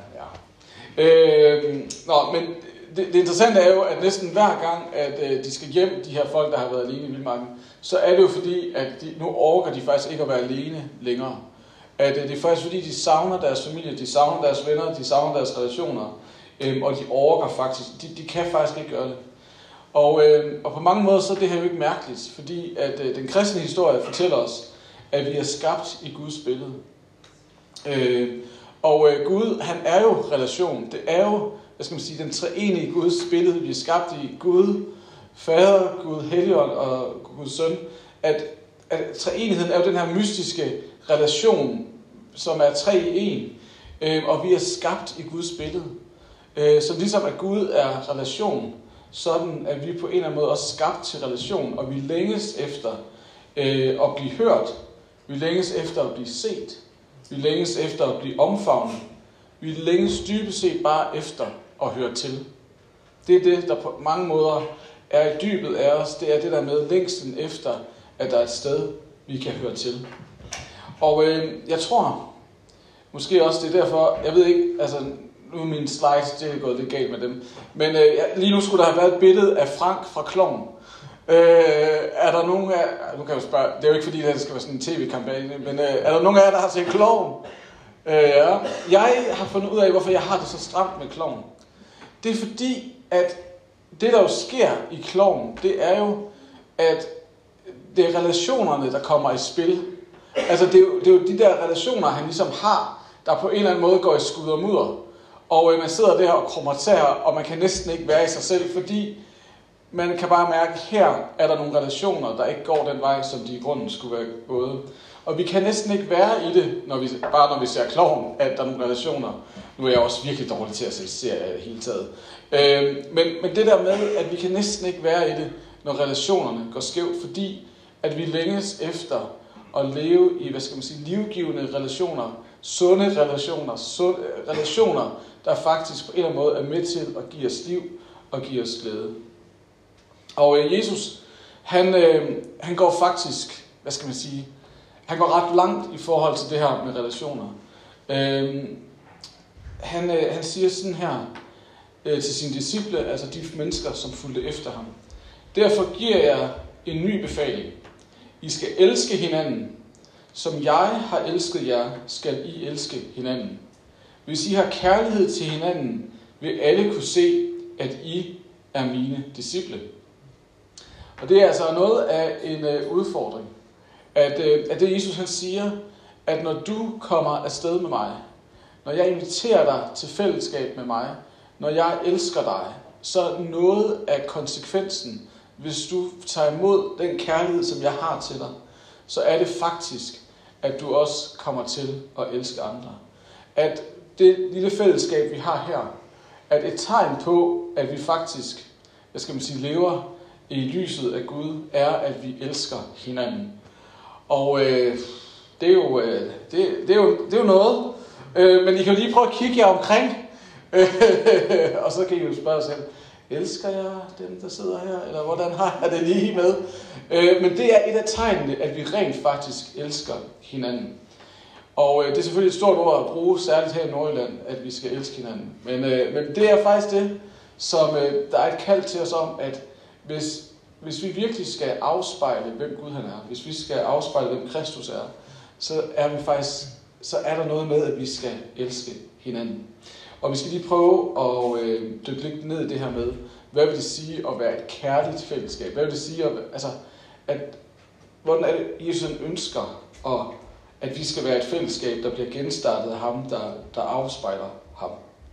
Øh, nå, men det, det interessante er jo, at næsten hver gang, at øh, de skal hjem, de her folk, der har været alene i vildmarken, så er det jo fordi, at de, nu orker de faktisk ikke at være alene længere. At øh, det er faktisk fordi, de savner deres familie, de savner deres venner, de savner deres relationer, øh, og de orker faktisk, de, de kan faktisk ikke gøre det. Og, øh, og på mange måder så er det her jo ikke mærkeligt, fordi at øh, den kristne historie fortæller os, at vi er skabt i Guds billede. Øh, Og øh, Gud, han er jo relation. Det er jo, hvad skal man sige, den treenige Guds billede. Vi er skabt i Gud, Fader, Gud, Helligånd og Guds Søn. At, at treenigheden er jo den her mystiske relation, som er tre i en. Øh, og vi er skabt i Guds billede. Øh, så ligesom at Gud er relation, sådan at vi på en eller anden måde også skabt til relation. Og vi længes efter øh, at blive hørt. Vi længes efter at blive set. Vi længes efter at blive omfavnet. Vi længes dybest set bare efter at høre til. Det er det, der på mange måder er i dybet af os. Det er det der med længslen efter, at der er et sted, vi kan høre til. Og øh, jeg tror, måske også det er derfor, jeg ved ikke, altså nu er mine slides, det er gået lidt galt med dem. Men øh, lige nu skulle der have været et billede af Frank fra Klovn. Øh, er der nogen af, nu kan jeg jo spørge, det er jo ikke fordi, det skal være sådan en tv-kampagne, men øh, er der nogen af jer, der har set Klovn? Øh, ja. Jeg har fundet ud af, hvorfor jeg har det så stramt med Klovn. Det er fordi, at det der jo sker i Klovn, det er jo, at det er relationerne, der kommer i spil. Altså det er jo, det er jo de der relationer, han ligesom har, der på en eller anden måde går i skud og mudder. Og øh, man sidder der og krummer tæer, og man kan næsten ikke være i sig selv, fordi man kan bare mærke, at her er der nogle relationer, der ikke går den vej, som de i grunden skulle være gået. Og vi kan næsten ikke være i det, når vi, bare når vi ser Klovn, at der er nogle relationer. Nu er jeg også virkelig dårlig til at se serier i hele taget. Øh, men, men det der med, at vi kan næsten ikke være i det, når relationerne går skævt, fordi at vi længes efter at leve i, hvad skal man sige, livgivende relationer, sunde relationer, sunde relationer, der faktisk på en eller anden måde er med til at give os liv og give os glæde. Og øh, Jesus, han, øh, han går faktisk, hvad skal man sige, han går ret langt i forhold til det her med relationer. Øh, han, øh, han siger sådan her øh, til sine disciple, altså de mennesker, som fulgte efter ham. Derfor giver jeg en ny befaling. I skal elske hinanden. Som jeg har elsket jer, skal I elske hinanden. Hvis I har kærlighed til hinanden, vil alle kunne se, at I er mine disciple. Og det er altså noget af en øh, udfordring. At, øh, at det Jesus han siger, at når du kommer afsted med mig, når jeg inviterer dig til fællesskab med mig, når jeg elsker dig, så noget af konsekvensen, hvis du tager imod den kærlighed, som jeg har til dig, så er det faktisk, at du også kommer til at elske andre. At det lille fællesskab, vi har her, at et tegn på, at vi faktisk, hvad skal man sige, lever i lyset af Gud, er, at vi elsker hinanden. Og øh, det, er jo, øh, det, det, er jo, det er jo noget, øh, men I kan jo lige prøve at kigge jer omkring, og så kan I jo spørge jer selv, elsker jeg dem, der sidder her, eller hvordan har jeg det lige med? Øh, men det er et af tegnene, at vi rent faktisk elsker hinanden. Og øh, det er selvfølgelig et stort ord at bruge, særligt her i Nordjylland, at vi skal elske hinanden. Men, øh, men det er faktisk det, som øh, der er et kald til os om, at hvis, hvis vi virkelig skal afspejle, hvem Gud han er, hvis vi skal afspejle, hvem Kristus er, så er vi faktisk, så er der noget med, at vi skal elske hinanden. Og vi skal lige prøve at øh, dykke lidt ned i det her med, hvad vil det sige at være et kærligt fællesskab? Hvad vil det sige, at, altså, at hvordan er det, Jesus ønsker, at, at vi skal være et fællesskab, der bliver genstartet af ham, der, der afspejler ham?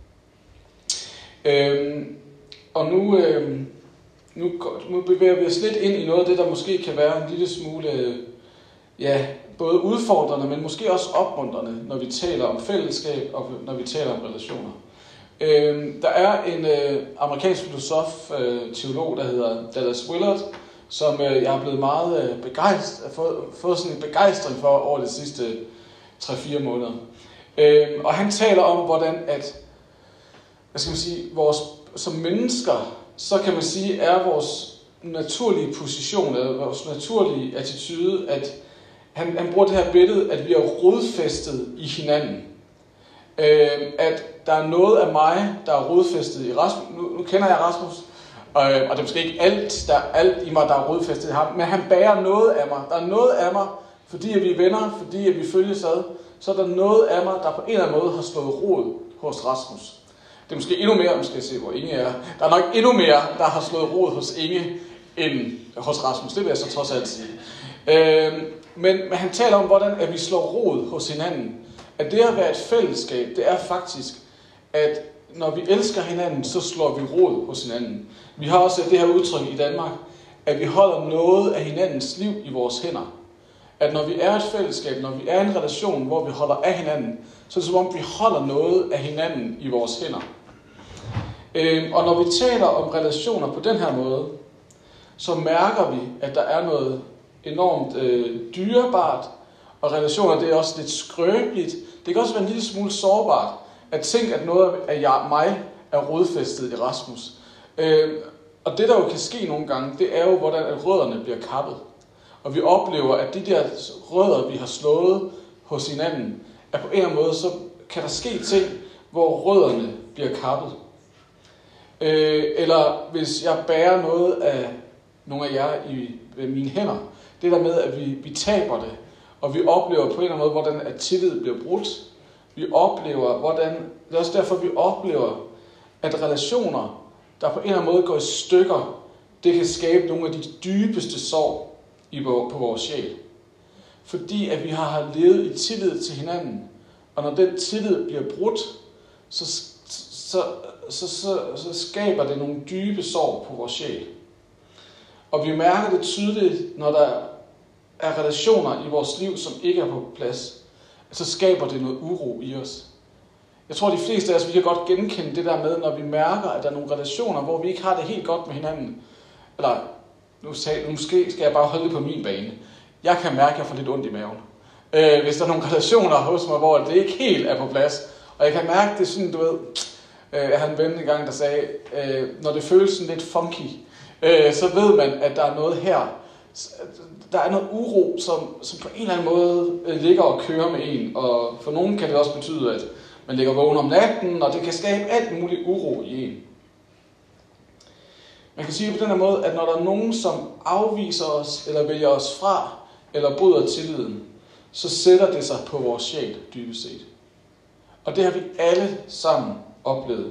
Øhm, og nu, øhm, nu, nu bevæger vi os lidt ind i noget af det, der måske kan være en lille smule, ja, både udfordrende, men måske også opmuntrende, når vi taler om fællesskab og når vi taler om relationer. Øhm, der er en øh, amerikansk filosof, øh, teolog, der hedder Dallas Willard, som øh, jeg er blevet meget øh, begejstret, fået, fået sådan en begejstring for over de sidste tre fire måneder. Øhm, og han taler om, hvordan at, hvad skal man sige, vores, som mennesker, så kan man sige, er vores naturlige position, eller vores naturlige attitude, at Han, han bruger det her billede, at vi er rodfæstet i hinanden. Øh, at der er noget af mig, der er rodfæstet i Rasmus. Nu, nu kender jeg Rasmus, og, og det er måske ikke alt, der, alt i mig, der er rodfæstet i ham, men han bærer noget af mig. Der er noget af mig, fordi at vi er venner, fordi at vi følges ad, så er der noget af mig, der på en eller anden måde har slået rod hos Rasmus. Det er måske endnu mere, måske se, hvor Inge er. Der er nok endnu mere, der har slået rod hos Inge, end hos Rasmus. Det vil jeg så trods alt sige. Øh, Men, men han taler om, hvordan at vi slår rod hos hinanden. At det at være et fællesskab, det er faktisk, at når vi elsker hinanden, så slår vi rod hos hinanden. Vi har også det her udtryk i Danmark, at vi holder noget af hinandens liv i vores hænder. At når vi er et fællesskab, når vi er i en relation, hvor vi holder af hinanden, så er det som om, vi holder noget af hinanden i vores hænder. Øhm, og når vi taler om relationer på den her måde, så mærker vi, at der er noget enormt øh, dyrebart, og relationer, det er også lidt skrøbeligt. Det kan også være en lille smule sårbart, at tænke, at noget af jeg, mig er rodfæstet i Rasmus. Øh, og det, der jo kan ske nogle gange, det er jo, hvordan at rødderne bliver kappet. Og vi oplever, at de der rødder, vi har slået hos hinanden, at på en eller anden måde, så kan der ske ting, hvor rødderne bliver kappet. Øh, eller hvis jeg bærer noget af nogle af jer i mine hænder, det der med, at vi, vi taber det, og vi oplever på en eller anden måde, hvordan at tillid bliver brudt. Vi oplever, hvordan, det er også derfor, vi oplever, at relationer, der på en eller anden måde går i stykker, det kan skabe nogle af de dybeste sorg i, på vores sjæl. Fordi at vi har levet i tillid til hinanden, og når den tillid bliver brudt, så, så, så, så, så skaber det nogle dybe sorg på vores sjæl. Og vi mærker det tydeligt, når der er relationer i vores liv, som ikke er på plads, så skaber det noget uro i os. Jeg tror, de fleste af os, vi kan godt genkende det der med, når vi mærker, at der er nogle relationer, hvor vi ikke har det helt godt med hinanden. Eller, nu måske skal jeg bare holde det på min bane. Jeg kan mærke, at jeg får lidt ondt i maven. Øh, hvis der er nogle relationer hos mig, hvor det ikke helt er på plads. Og jeg kan mærke, det er sådan, du ved, øh, jeg havde en ven en gang, der sagde, øh, når det føles sådan lidt funky, øh, så ved man, at der er noget her. Der er noget uro, som, som på en eller anden måde ligger og kører med en. Og for nogen kan det også betyde, at man ligger vågen om natten, og det kan skabe alt muligt uro i en. Man kan sige på den her måde, at når der er nogen, som afviser os, eller vælger os fra, eller bryder tilliden, så sætter det sig på vores sjæl dybest set. Og det har vi alle sammen oplevet.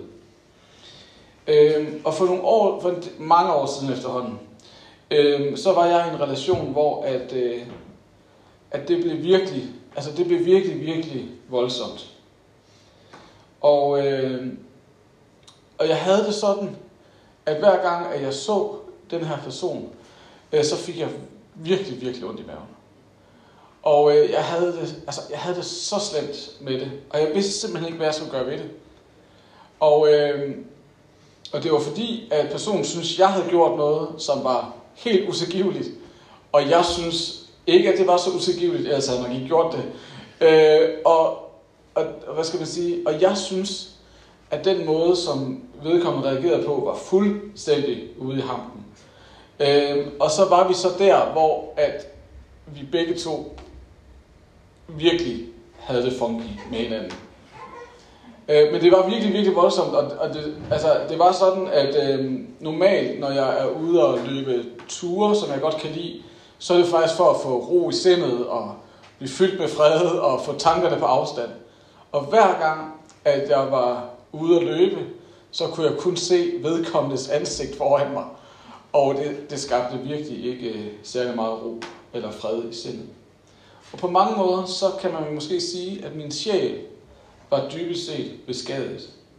Øhm, og for nogle år, for mange år siden efterhånden, øhm, så var jeg i en relation, hvor at, øh, at det blev virkelig, altså det blev virkelig, virkelig voldsomt. Og, øh, og jeg havde det sådan, at hver gang, at jeg så den her person, øh, så fik jeg virkelig, virkelig ondt i maven. Og øh, jeg, havde det, altså, jeg havde det så slemt med det, og jeg vidste simpelthen ikke, hvad jeg skulle gøre ved det. Og, øh, og det var fordi, at personen synes jeg havde gjort noget, som var helt utilgiveligt. Og jeg synes ikke, at det var så utilgiveligt, ellers havde jeg nok ikke gjort det. Øh, og, og, og hvad skal man sige? Og jeg synes, at den måde, som vedkommende reagerede på, var fuldstændig ude i hampen. Øh, og så var vi så der, hvor at vi begge to virkelig havde det funky med hinanden. Øh, men det var virkelig, virkelig voldsomt, og, og det, altså, det var sådan, at øh, normalt, når jeg er ude og løbe ture, som jeg godt kan lide, så er det faktisk for at få ro i sindet, og blive fyldt med fred, og få tankerne på afstand. Og hver gang, at jeg var ude at løbe, så kunne jeg kun se vedkommendes ansigt foran mig. Og det, det skabte virkelig ikke øh, særlig meget ro eller fred i sindet. Og på mange måder, så kan man måske sige, at min sjæl var dybest set beskadiget.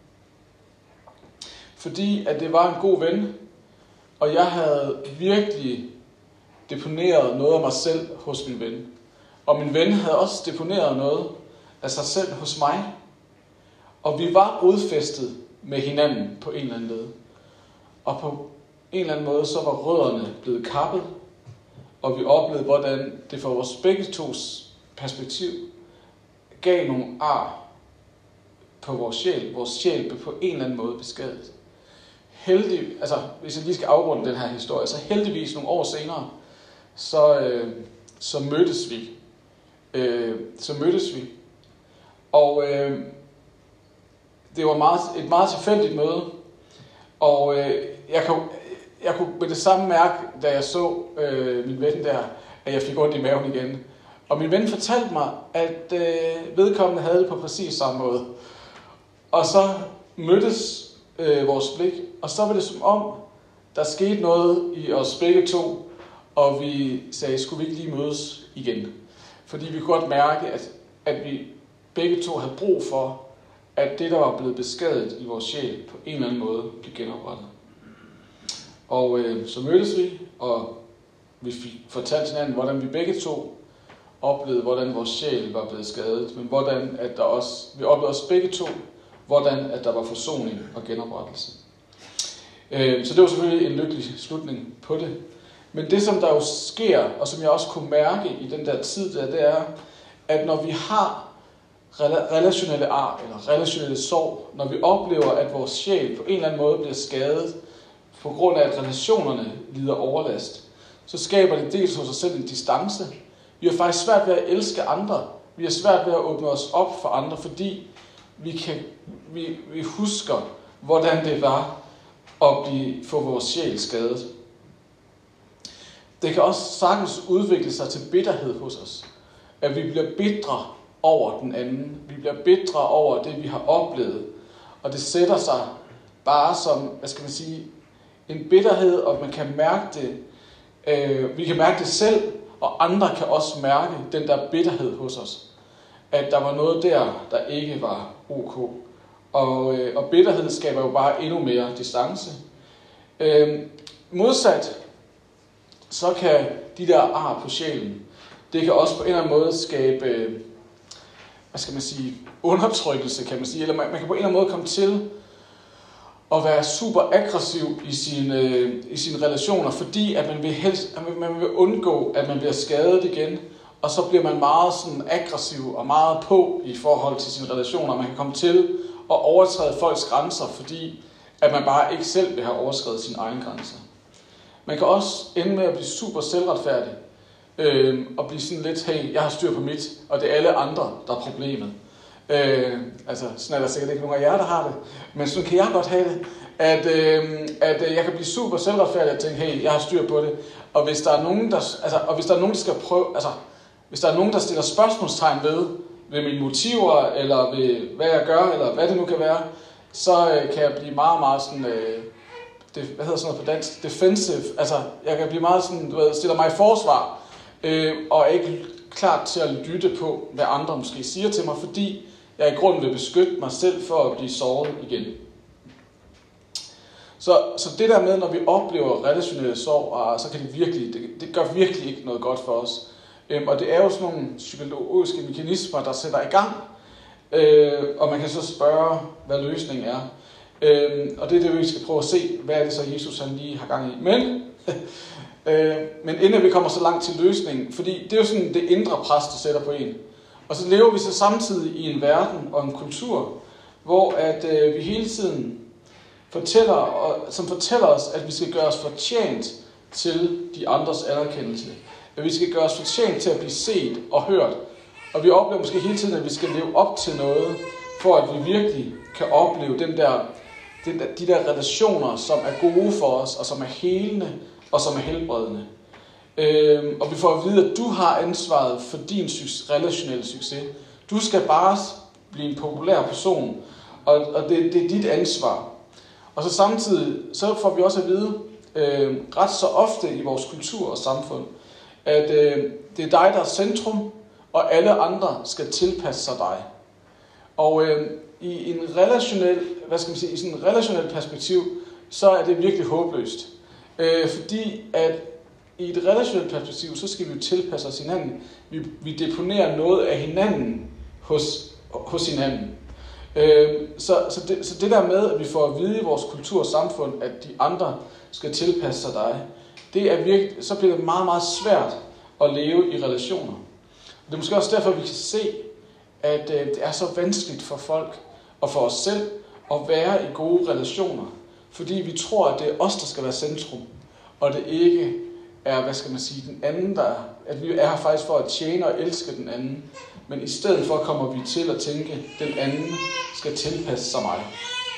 Fordi at det var en god ven, og jeg havde virkelig deponeret noget af mig selv hos min ven. Og min ven havde også deponeret noget af sig selv hos mig. Og vi var rodfæstet med hinanden på en eller anden led. Og på en eller anden måde, så var rødderne blevet kappet, og vi oplevede, hvordan det fra vores begge tos perspektiv gav nogle ar på vores sjæl. Vores sjæl blev på en eller anden måde beskadiget. Heldig, altså hvis jeg lige skal afrunde den her historie, så heldigvis nogle år senere, så, øh, så mødtes vi. Øh, så mødtes vi. Og øh, det var meget, et meget tilfældigt møde. Og øh, jeg, kunne, jeg kunne med det samme mærke, da jeg så øh, min ven der, at jeg fik ondt i maven igen. Og min ven fortalte mig, at øh, vedkommende havde det på præcis samme måde. Og så mødtes øh, vores blik, og så var det som om, der skete noget i os begge to, og vi sagde, skulle vi ikke lige mødes igen? Fordi vi kunne godt mærke, at, at vi begge to havde brug for, at det, der var blevet beskadiget i vores sjæl, på en eller anden måde blev genoprettet. Og øh, så mødtes vi, og vi fik fortalt hinanden, hvordan vi begge to oplevede, hvordan vores sjæl var blevet skadet, men hvordan at der også, vi oplevede os begge to, hvordan at der var forsoning og genoprettelse. Øh, så det var selvfølgelig en lykkelig slutning på det. Men det, som der jo sker, og som jeg også kunne mærke i den der tid der, det er, at når vi har relationelle ar, eller relationelle sorg, når vi oplever, at vores sjæl på en eller anden måde bliver skadet, på grund af, at relationerne lider overlast, så skaber det dels hos os selv en distance. Vi har faktisk svært ved at elske andre. Vi har svært ved at åbne os op for andre, fordi vi, kan, vi, vi husker, hvordan det var at blive, få vores sjæl skadet. Det kan også sagtens udvikle sig til bitterhed hos os. At vi bliver bitre over den anden. Vi bliver bitre over det, vi har oplevet. Og det sætter sig bare som, hvad skal man sige, en bitterhed, og man kan mærke det. Øh, vi kan mærke det selv, og andre kan også mærke den der bitterhed hos os. At der var noget der, der ikke var ok. Og, øh, og bitterhed skaber jo bare endnu mere distance. Øh, modsat, så kan de der ar på sjælen, det kan også på en eller anden måde skabe, øh, hvad skal man sige, undertrykkelse, kan man sige. Eller man, man kan på en eller anden måde komme til at være super aggressiv i sine, øh, i sine relationer, fordi at man vil, helst, at man vil undgå, at man bliver skadet igen, og så bliver man meget sådan aggressiv og meget på i forhold til sine relationer. Man kan komme til at overtræde folks grænser, fordi at man bare ikke selv vil have overskredet sine egne grænser. Man kan også ende med at blive super selvretfærdig, øh, og blive sådan lidt, hey, jeg har styr på mit, og det er alle andre, der er problemet. Øh, altså, sådan er der sikkert ikke nogen af jer, der har det, men sådan kan jeg godt have det, at, øh, at jeg kan blive super selvretfærdig og tænke, hey, jeg har styr på det, og hvis der er nogen, der, altså, og hvis der er nogen, der skal prøve, altså, hvis der er nogen, der stiller spørgsmålstegn ved, ved mine motiver, eller ved, hvad jeg gør, eller hvad det nu kan være, så øh, kan jeg blive meget, meget sådan, øh, det, hvad hedder sådan noget på dansk, defensive, altså, jeg kan blive meget sådan, du ved, stiller mig i forsvar, øh, og ikke klart til at lytte på, hvad andre måske siger til mig, fordi jeg i grunden vil beskytte mig selv for at blive såret igen. Så, så det der med, når vi oplever relationelle sorg, så kan det virkelig, det, det gør virkelig ikke noget godt for os. Øhm, og det er jo sådan nogle psykologiske mekanismer, der sætter i gang, øh, og man kan så spørge, hvad løsningen er. Øhm, og det er det, vi skal prøve at se, hvad er det så Jesus han lige har gang i. Men, øh, men inden vi kommer så langt til løsningen, fordi det er jo sådan det indre pres, det sætter på en. Og så lever vi så samtidig i en verden og en kultur, hvor at øh, vi hele tiden fortæller, og, som fortæller os, at vi skal gøre os fortjent til de andres anerkendelse. At vi skal gøre os fortjent til at blive set og hørt. Og vi oplever måske hele tiden, at vi skal leve op til noget, for at vi virkelig kan opleve den der, den der, de der relationer, som er gode for os, og som er helende, og som er helbredende. Øhm, og vi får at vide, at du har ansvaret for din succes, relationelle succes. Du skal bare blive en populær person, og, og det, det er dit ansvar. Og så samtidig, så får vi også at vide, øh, ret så ofte i vores kultur og samfund, at øh, det er dig, der er centrum, og alle andre skal tilpasse sig dig. Og øh, i en relationel, hvad skal man sige, i sådan en relationel perspektiv, så er det virkelig håbløst. Øh, fordi at i et relationelt perspektiv, så skal vi jo tilpasse os hinanden. Vi, vi deponerer noget af hinanden hos, hos hinanden. Øh, så, så, det, så det der med, at vi får at vide i vores kultur og samfund, at de andre skal tilpasse sig dig, det er virkelig, så bliver det meget, meget svært at leve i relationer. Og det er måske også derfor, vi kan se, at øh, det er så vanskeligt for folk og for os selv at være i gode relationer. Fordi vi tror, at det er os, der skal være centrum, og det ikke er, hvad skal man sige, den anden, der at vi er her faktisk for at tjene og elske den anden. Men i stedet for kommer vi til at tænke, at den anden skal tilpasse sig mig.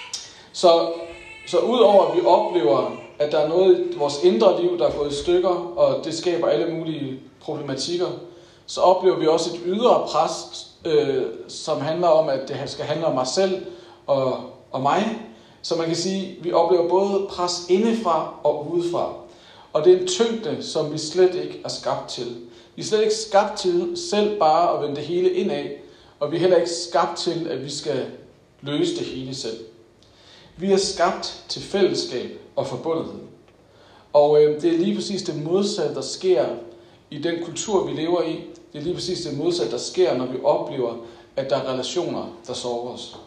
Så, så udover at vi oplever, at der er noget i vores indre liv, der er gået i stykker, og det skaber alle mulige problematikker, så oplever vi også et ydre pres, øh, som handler om, at det skal handle om mig selv og, og mig. Så man kan sige, at vi oplever både pres indefra og udefra. Og det er en tyngde, som vi slet ikke er skabt til. Vi er slet ikke skabt til selv bare at vende det hele indad, og vi er heller ikke skabt til, at vi skal løse det hele selv. Vi er skabt til fællesskab og forbundethed. Og øh, det er lige præcis det modsatte, der sker i den kultur, vi lever i. Det er lige præcis det modsatte, der sker, når vi oplever, at der er relationer, der sårer os.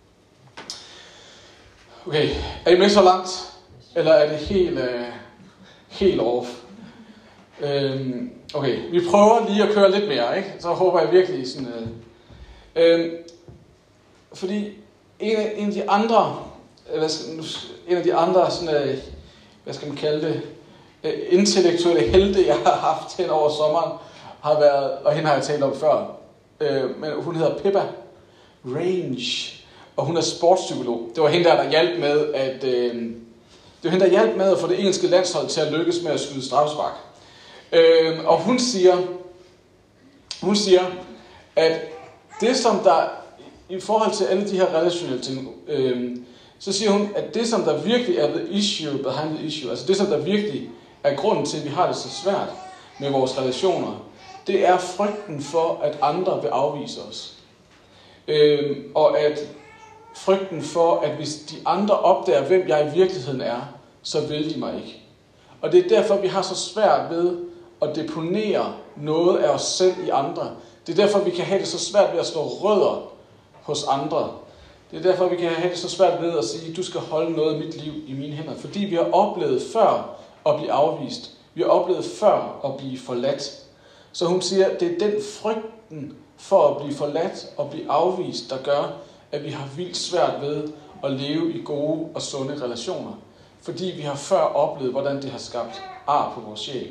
Okay, er I med så langt? Eller er det helt, øh, helt off? Øhm, okay, vi prøver lige at køre lidt mere, ikke? Så håber jeg virkelig sådan... Øh, øh, fordi en af, en af de andre... Hvad skal, en af de andre sådan... Øh, hvad skal man kalde det? Øh, intellektuelle helte, jeg har haft hen over sommeren, har været... Og hende har jeg talt om før. Øh, men hun hedder Pippa Range. Og hun er sportspsykolog. Det var hende der, der hjalp med at... Øh, det var hende, der hjalp med at få det engelske landshold til at lykkes med at skyde straffespark. Øh, og hun siger, hun siger, at det som der, i forhold til alle de her relationelle ting, øh, så siger hun, at det som der virkelig er the issue behind the issue, altså det som der virkelig er grunden til, at vi har det så svært med vores relationer, det er frygten for, at andre vil afvise os. Øh, og at frygten for, at hvis de andre opdager, hvem jeg i virkeligheden er, så vil de mig ikke. Og det er derfor, vi har så svært ved at deponere noget af os selv i andre. Det er derfor, vi kan have det så svært ved at slå rødder hos andre. Det er derfor, vi kan have det så svært ved at sige, du skal holde noget af mit liv i mine hænder. Fordi vi har oplevet før at blive afvist. Vi har oplevet før at blive forladt. Så hun siger, at det er den frygten for at blive forladt og blive afvist, der gør, at vi har vildt svært ved at leve i gode og sunde relationer. Fordi vi har før oplevet, hvordan det har skabt ar på vores sjæl.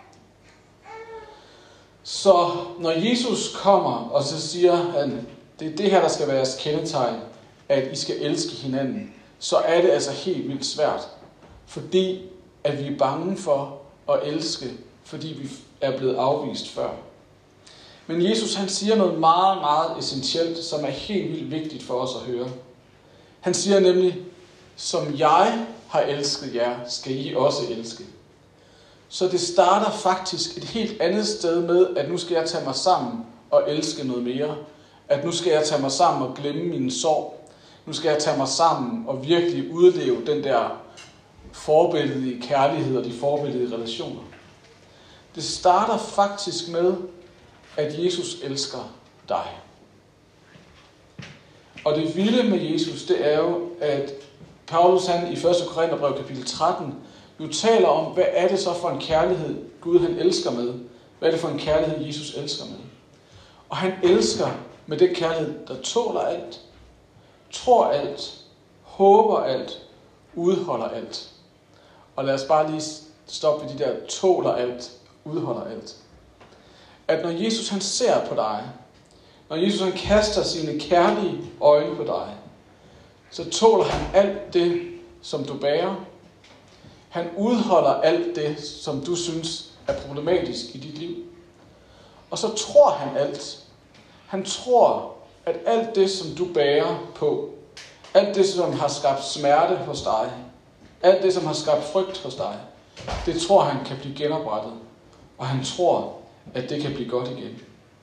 Så når Jesus kommer, og så siger han, det er det her, der skal være jeres kendetegn, at I skal elske hinanden, så er det altså helt vildt svært. Fordi at vi er bange for at elske, fordi vi er blevet afvist før. Men Jesus han siger noget meget, meget essentielt, som er helt vildt vigtigt for os at høre. Han siger nemlig, som jeg har elsket jer, skal I også elske. Så det starter faktisk et helt andet sted med, at nu skal jeg tage mig sammen og elske noget mere. At nu skal jeg tage mig sammen og glemme mine sorg. Nu skal jeg tage mig sammen og virkelig udleve den der forbilledlige kærlighed og de forbilledlige relationer. Det starter faktisk med, at Jesus elsker dig. Og det vilde med Jesus, det er jo, at Paulus han i første Korintherbrev kapitel tretten jo taler om, hvad er det så for en kærlighed, Gud han elsker med? Hvad er det for en kærlighed, Jesus elsker med? Og han elsker med den kærlighed, der tåler alt, tror alt, håber alt, udholder alt. Og lad os bare lige stoppe ved de der tåler alt, udholder alt. At når Jesus han ser på dig, når Jesus han kaster sine kærlige øjne på dig, så tåler han alt det, som du bærer. Han udholder alt det, som du synes er problematisk i dit liv. Og så tror han alt. Han tror, at alt det, som du bærer på, alt det, som har skabt smerte hos dig, alt det, som har skabt frygt hos dig, det tror han kan blive genoprettet. Og han tror, at det kan blive godt igen.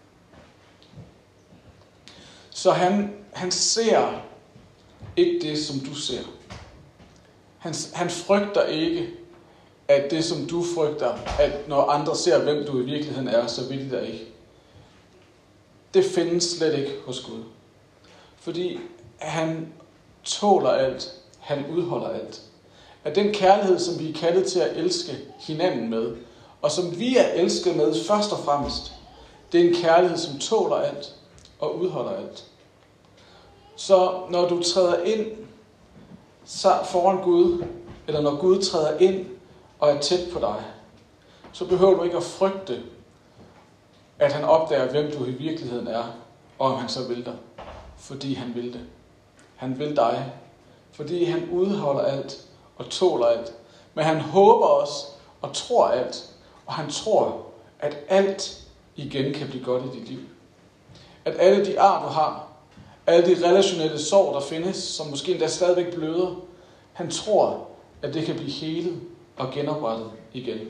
Så han, han ser ikke det, som du ser. Han, han frygter ikke, at det, som du frygter, at når andre ser, hvem du i virkeligheden er, så vil de der ikke. Det findes slet ikke hos Gud. Fordi han tåler alt. Han udholder alt. At den kærlighed, som vi er kaldet til at elske hinanden med, og som vi er elsket med først og fremmest, det er en kærlighed, som tåler alt og udholder alt. Så når du træder ind foran Gud, eller når Gud træder ind og er tæt på dig, så behøver du ikke at frygte, at han opdager, hvem du i virkeligheden er, og om han så vil dig. Fordi han vil det. Han vil dig. Fordi han udholder alt og tåler alt. Men han håber også og tror alt. Og han tror, at alt igen kan blive godt i dit liv. At alle de ar, du har, alle de relationelle sår, der findes, som måske endda stadigvæk bløder, han tror, at det kan blive helet og genoprettet igen.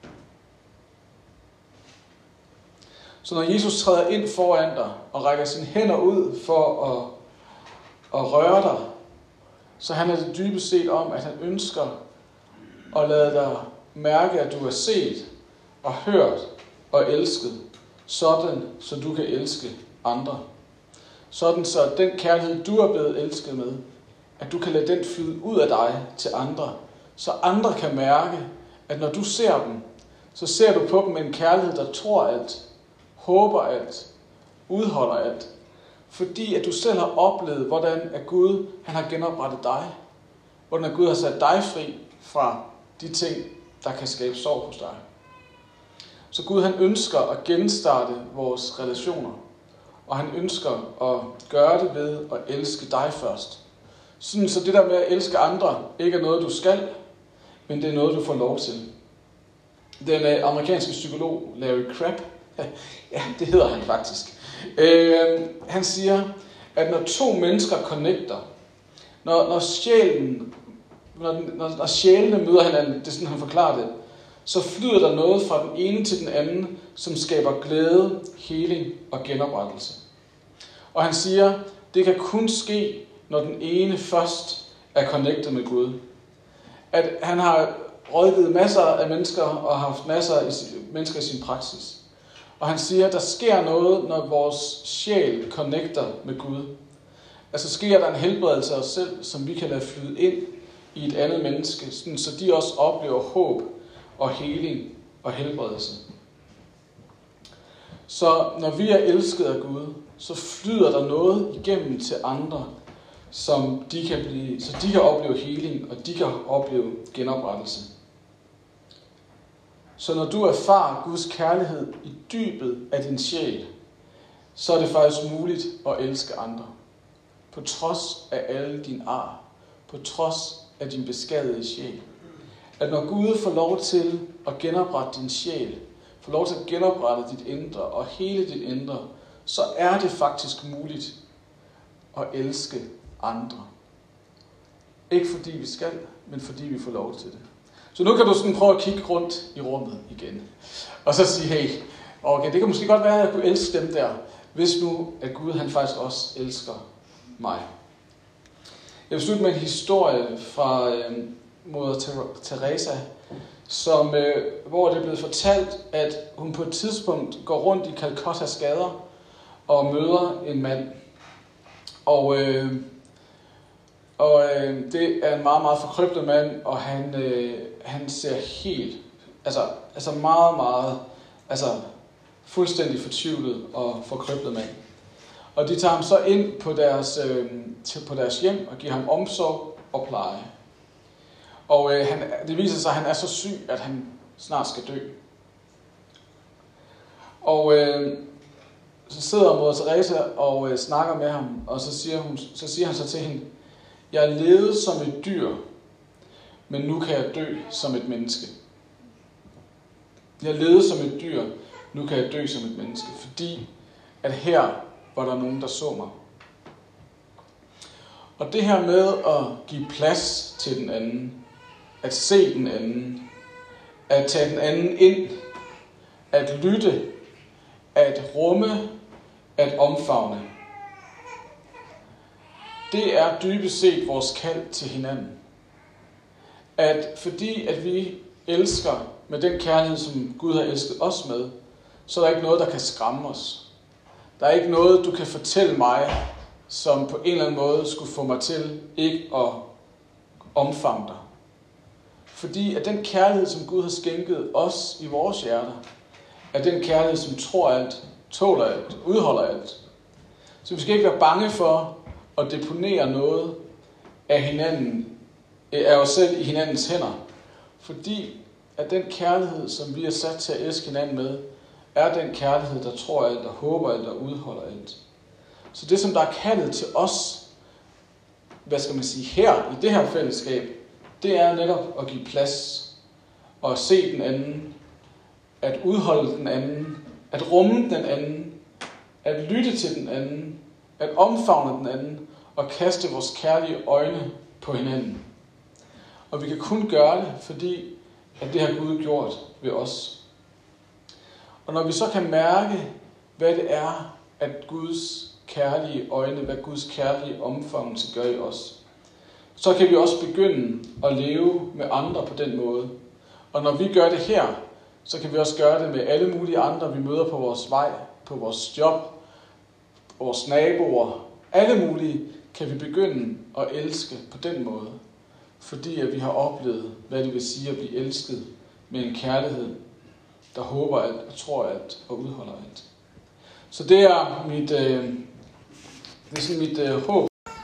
Så når Jesus træder ind foran dig og rækker sine hænder ud for at, at røre dig, så handler det dybest set om, at han ønsker at lade dig mærke, at du er set og hørt og elsket, sådan så du kan elske andre. Sådan så den kærlighed, du er blevet elsket med, at du kan lade den flyde ud af dig til andre, så andre kan mærke, at når du ser dem, så ser du på dem med en kærlighed, der tror alt, håber alt, udholder alt. Fordi at du selv har oplevet, hvordan at Gud han har genoprettet dig. Hvordan at Gud har sat dig fri fra de ting, der kan skabe sorg hos dig. Så Gud han ønsker at genstarte vores relationer. Og han ønsker at gøre det ved at elske dig først. Sådan, så det der med at elske andre ikke er noget, du skal, men det er noget, du får lov til. Den amerikanske psykolog Larry Crabb, ja, det hedder han faktisk, øh, han siger, at når to mennesker connecter, når, når sjælen, når, når, når sjælene møder hinanden, det er sådan, han forklarer det, så flyder der noget fra den ene til den anden, som skaber glæde, heling og genoprettelse. Og han siger, det kan kun ske, når den ene først er connectet med Gud. At han har rådgivet masser af mennesker og har haft masser af mennesker i sin praksis. Og han siger, at der sker noget, når vores sjæl connecter med Gud. Altså sker der en helbredelse af os selv, som vi kan lade flyde ind i et andet menneske, sådan, så de også oplever håb og heling og helbredelse. Så når vi er elsket af Gud, så flyder der noget igennem til andre, som de kan blive, så de kan opleve heling, og de kan opleve genoprettelse. Så når du erfarer Guds kærlighed i dybet af din sjæl, så er det faktisk muligt at elske andre. På trods af alle dine ar, på trods af din beskadigede sjæl. At når Gud får lov til at genoprette din sjæl, får lov til at genoprette dit indre og hele dit indre, så er det faktisk muligt at elske andre. Ikke fordi vi skal, men fordi vi får lov til det. Så nu kan du sådan prøve at kigge rundt i rummet igen. Og så sige, hey, okay, det kan måske godt være, at jeg kunne elske dem der, hvis nu, at Gud han faktisk også elsker mig. Jeg vil slutte med en historie fra øh, moder Teresa, som, øh, hvor det er blevet fortalt, at hun på et tidspunkt går rundt i Calcuttas gader og møder en mand. Og, øh, og øh, det er en meget, meget forkrøblet mand, og han, øh, han ser helt, altså, altså meget, meget, altså fuldstændig fortvivlet og forkrøblet mand. Og de tager ham så ind på deres, øh, til, på deres hjem og giver ham omsorg og pleje. Og øh, han, det viser sig, at han er så syg, at han snart skal dø. Og øh, så sidder moder Teresa og øh, snakker med ham, og så siger, hun, så siger han så til hende, jeg levede som et dyr, men nu kan jeg dø som et menneske. Jeg levede som et dyr, nu kan jeg dø som et menneske, fordi at her var der nogen, der så mig. Og det her med at give plads til den anden, at se den anden, at tage den anden ind, at lytte, at rumme, at omfavne. Det er dybest set vores kald til hinanden. At fordi at vi elsker med den kærlighed, som Gud har elsket os med, så er der ikke noget, der kan skræmme os. Der er ikke noget, du kan fortælle mig, som på en eller anden måde skulle få mig til ikke at omfavne dig. Fordi at den kærlighed, som Gud har skænket os i vores hjerter, er den kærlighed, som tror alt, tåler alt, udholder alt. Så vi skal ikke være bange for at deponere noget af hinanden, af os selv i hinandens hænder. Fordi at den kærlighed, som vi er sat til at elske hinanden med, er den kærlighed, der tror alt, der håber alt, der udholder alt. Så det, som der er kaldet til os, hvad skal man sige, her i det her fællesskab, det er netop at give plads og at se den anden, at udholde den anden, at rumme den anden, at lytte til den anden, at omfavne den anden og kaste vores kærlige øjne på hinanden. Og vi kan kun gøre det, fordi at det har Gud gjort ved os. Og når vi så kan mærke, hvad det er, at Guds kærlige øjne, hvad Guds kærlige omfavnelse gør i os, så kan vi også begynde at leve med andre på den måde. Og når vi gør det her, så kan vi også gøre det med alle mulige andre, vi møder på vores vej, på vores job, vores naboer. Alle mulige kan vi begynde at elske på den måde. Fordi at vi har oplevet, hvad det vil sige at blive elsket med en kærlighed, der håber alt, og tror alt, og udholder alt. Så det er mit, øh, det er sådan mit øh, håb.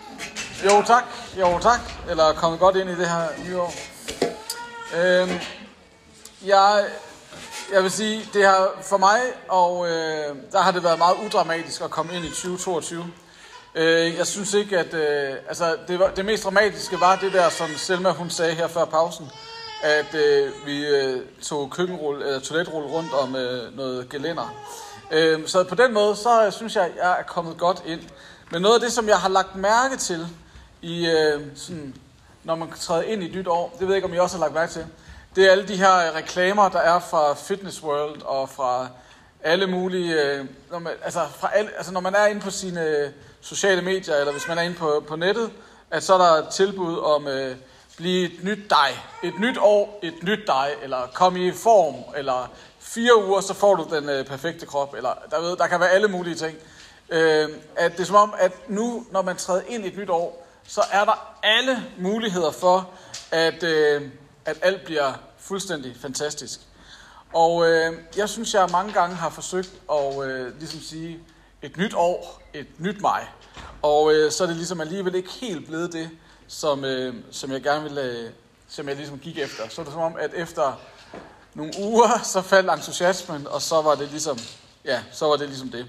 Jo tak, jo tak, eller kommet godt ind i det her nye år. Øh, jeg, jeg vil sige, det har for mig, og øh, der har det været meget udramatisk at komme ind i tyve toogtyve. Øh, jeg synes ikke, at øh, altså det, var, det mest dramatiske var det der, som Selma hun sagde her før pausen, at øh, vi øh, tog køkkenrulle, eller toiletrulle rundt om øh, noget gelænder. Øh, så på den måde, så synes jeg, at jeg er kommet godt ind. Men noget af det, som jeg har lagt mærke til, i, øh, sådan, når man træder ind i et nyt år, det ved jeg ikke, om I også har lagt mærke til, det er alle de her reklamer, der er fra Fitness World og fra alle mulige, øh, når man, altså, fra alle, altså når man er inde på sine øh, sociale medier, eller hvis man er inde på, på nettet, at så er der et tilbud om øh, blive et nyt dig, et nyt år, et nyt dig, eller kom i form, eller fire uger, så får du den øh, perfekte krop, eller der, ved, der kan være alle mulige ting. Øh, at det er som om, at nu, når man træder ind i et nyt år, så er der alle muligheder for, at, øh, at alt bliver fuldstændig fantastisk. Og øh, jeg synes, jeg mange gange har forsøgt at øh, ligesom sige, et nyt år, et nyt mig. Og øh, så er det ligesom alligevel ikke helt blevet det, som, øh, som jeg gerne ville, øh, som jeg ligesom gik efter. Så er det som om, at efter nogle uger, så faldt entusiasmen, og så var det ligesom, ja, så var det ligesom det.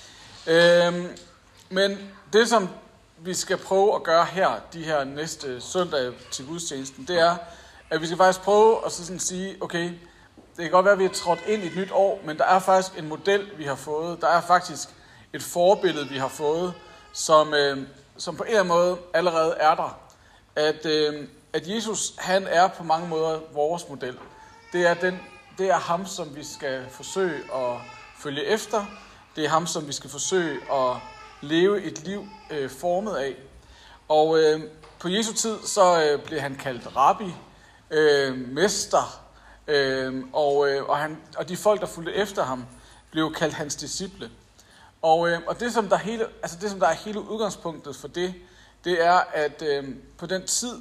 Øh, men det, som vi skal prøve at gøre her, de her næste søndage til gudstjenesten, det er, at vi skal faktisk prøve at så sådan sige, okay, det kan godt være, at vi er trådt ind i et nyt år, men der er faktisk en model, vi har fået. Der er faktisk et forbillede, vi har fået, som, øh, som på en eller anden måde allerede er der. At, øh, at Jesus, han er på mange måder vores model. Det er, den, det er ham, som vi skal forsøge at følge efter. Det er ham, som vi skal forsøge at leve et liv øh, formet af. Og øh, på Jesu tid, så øh, blev han kaldt rabbi, øh, mester, øh, og, øh, og, han, og de folk, der fulgte efter ham, blev kaldt hans disciple. Og, øh, og det, som der hele, altså det, som der er hele udgangspunktet for det, det er, at øh, på den tid,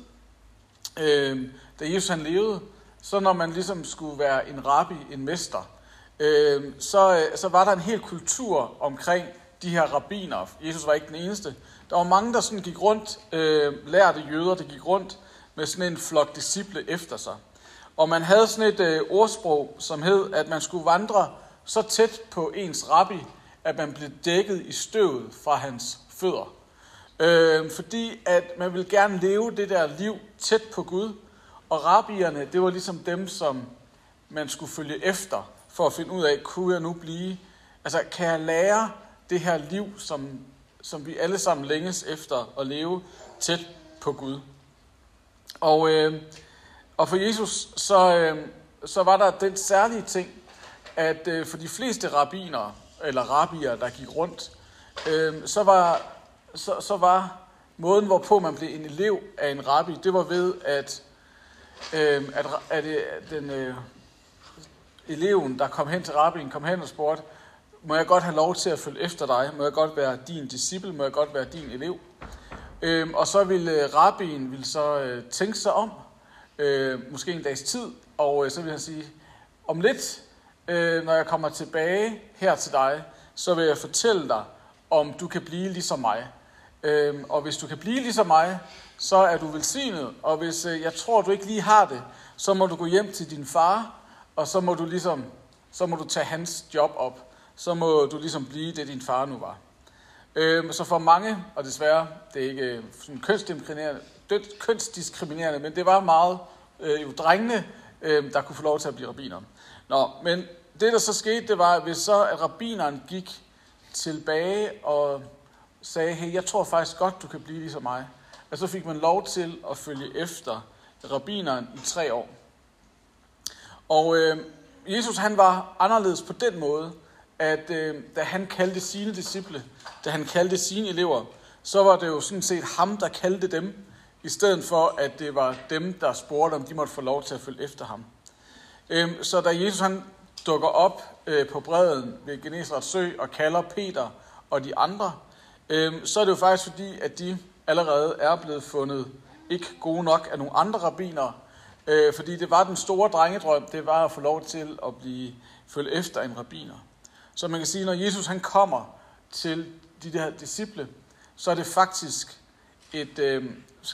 øh, da Jesus han levede, så når man ligesom skulle være en rabbi, en mester, øh, så, øh, så var der en hel kultur omkring de her rabbiner. Jesus var ikke den eneste. Der var mange, der sådan gik rundt, øh, lærte jøder, der gik rundt med sådan en flok disciple efter sig. Og man havde sådan et øh, ordsprog, som hed, at man skulle vandre så tæt på ens rabbi, at man blev dækket i støvet fra hans fødder. Øh, fordi at man ville gerne leve det der liv tæt på Gud. Og rabbierne, det var ligesom dem, som man skulle følge efter, for at finde ud af, kunne jeg nu blive, altså kan jeg lære det her liv, som, som vi alle sammen længes efter at leve tæt på Gud. Og, øh, og for Jesus, så, øh, så var der den særlige ting, at øh, for de fleste rabbiner, eller rabbier, der gik rundt, øh, så, var, så, så var måden, hvorpå man blev en elev af en rabbi, det var ved, at, øh, at, at, at den øh, eleven, der kom hen til rabbien, kom hen og spurgte, må jeg godt have lov til at følge efter dig? Må jeg godt være din disciple? Må jeg godt være din elev? Øhm, og så ville rabbien ville så øh, tænke sig om, øh, måske en dags tid, og øh, så vil han sige, om lidt, øh, når jeg kommer tilbage her til dig, så vil jeg fortælle dig, om du kan blive ligesom mig. Øhm, og hvis du kan blive ligesom mig, så er du velsignet, og hvis øh, jeg tror, du ikke lige har det, så må du gå hjem til din far, og så må du ligesom, så må du tage hans job op. Så må du ligesom blive det, din far nu var. Øhm, så for mange, og desværre, det er ikke sådan kønsdiskriminerende, kønsdiskriminerende, men det var meget øh, jo drengene, øh, der kunne få lov til at blive rabbiner. Nå, men det, der så skete, det var, at hvis så at rabbineren gik tilbage og sagde, hey, jeg tror faktisk godt, du kan blive ligesom mig, og så fik man lov til at følge efter rabbineren i tre år. Og øh, Jesus, han var anderledes på den måde, at øh, da han kaldte sine disciple, da han kaldte sine elever, så var det jo sådan set ham, der kaldte dem, i stedet for, at det var dem, der spurgte, om de måtte få lov til at følge efter ham. Øh, så da Jesus han dukker op øh, på bredden ved Genesarets sø og kalder Peter og de andre, øh, så er det jo faktisk fordi, at de allerede er blevet fundet ikke gode nok af nogle andre rabbinere, øh, fordi det var den store drengedrøm, det var at få lov til at blive følge efter en rabbiner. Så man kan sige, når Jesus han kommer til de der disciple, så er det faktisk et, øh,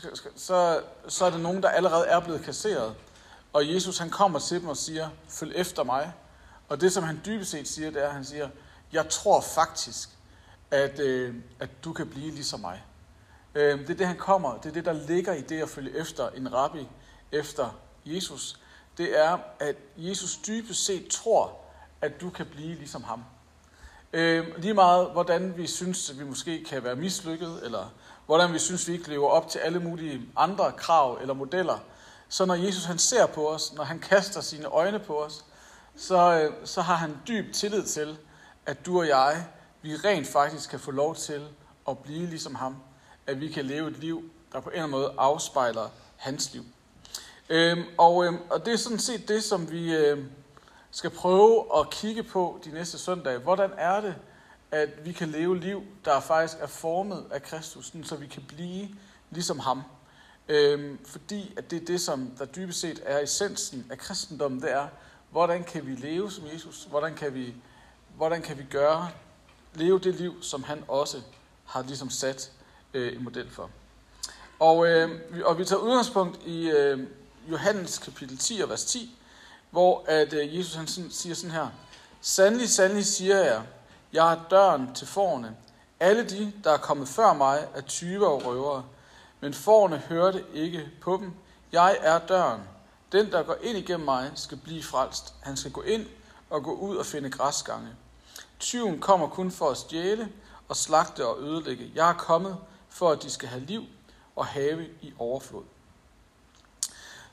så, så er det nogen, der allerede er blevet kasseret. Og Jesus han kommer til dem og siger, følg efter mig. Og det som han dybest set siger, det er, at han siger, jeg tror faktisk, at, øh, at du kan blive ligesom mig. Øh, det er det han kommer, det er det der ligger i det at følge efter en rabbi, efter Jesus. Det er, at Jesus dybest set tror, at du kan blive ligesom ham. Øh, lige meget, hvordan vi synes, at vi måske kan være mislykket, eller hvordan vi synes, vi ikke lever op til alle mulige andre krav eller modeller. Så når Jesus han ser på os, når han kaster sine øjne på os, så, øh, så har han dyb tillid til, at du og jeg, vi rent faktisk kan få lov til at blive ligesom ham. At vi kan leve et liv, der på en eller anden måde afspejler hans liv. Øh, og, øh, og det er sådan set det, som vi... Øh, skal prøve at kigge på de næste søndage. Hvordan er det, at vi kan leve liv, der faktisk er formet af Kristus, så vi kan blive ligesom ham. Øhm, fordi at det er det, som der dybest set er essensen af kristendommen, det er, hvordan kan vi leve som Jesus? Hvordan kan vi, hvordan kan vi gøre, leve det liv, som han også har ligesom sat øh, en model for. Og, øh, og vi tager udgangspunkt i øh, Johannes kapitel ti og vers ti, hvor at øh, Jesus han sådan, siger sådan her, sandelig, sandelig siger jeg, jeg er døren til fårene. Alle de, der er kommet før mig, er tyve og røvere, men fårene hørte ikke på dem. Jeg er døren. Den, der går ind igennem mig, skal blive frelst. Han skal gå ind og gå ud og finde græsgange. Tyven kommer kun for at stjæle og slagte og ødelægge. Jeg er kommet for, at de skal have liv og have i overflod.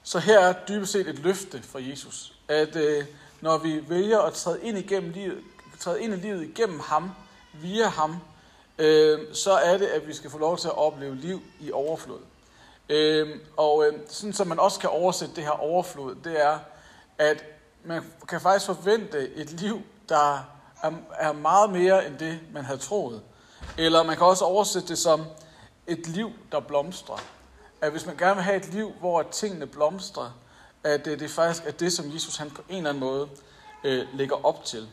Så her er dybest set et løfte fra Jesus, at øh, når vi vælger at træde ind, igennem livet, træde ind i livet igennem ham, via ham, øh, så er det, at vi skal få lov til at opleve liv i overflod. Øh, og øh, sådan som man også kan oversætte det her overflod, det er, at man kan faktisk forvente et liv, der er, er meget mere end det, man havde troet. Eller man kan også oversætte det som et liv, der blomstrer. At hvis man gerne vil have et liv, hvor tingene blomstrer, at det, det faktisk er det, som Jesus han på en eller anden måde øh, lægger op til.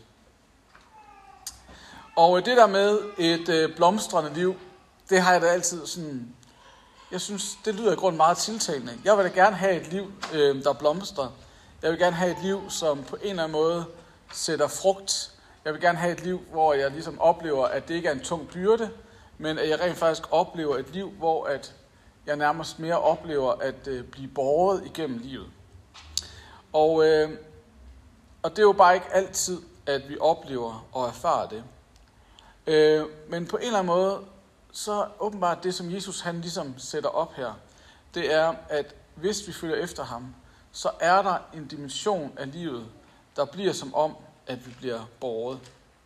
Og det der med et øh, blomstrende liv, det har jeg da altid sådan, jeg synes, det lyder i grunden meget tiltalende. Jeg vil da gerne have et liv, øh, der blomstrer. Jeg vil gerne have et liv, som på en eller anden måde sætter frugt. Jeg vil gerne have et liv, hvor jeg ligesom oplever, at det ikke er en tung byrde, men at jeg rent faktisk oplever et liv, hvor at jeg nærmest mere oplever at øh, blive båret igennem livet. Og, øh, og det er jo bare ikke altid, at vi oplever og erfarer det. Øh, men på en eller anden måde, så åbenbart det, som Jesus han ligesom sætter op her, det er, at hvis vi følger efter ham, så er der en dimension af livet, der bliver som om, at vi bliver båret.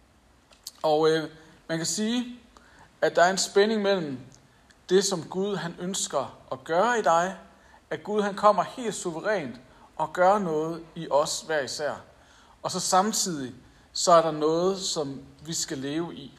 Og øh, man kan sige, at der er en spænding mellem det, som Gud han ønsker at gøre i dig, at Gud han kommer helt suverænt og gør noget i os hver især. Og så samtidig, så er der noget, som vi skal leve i.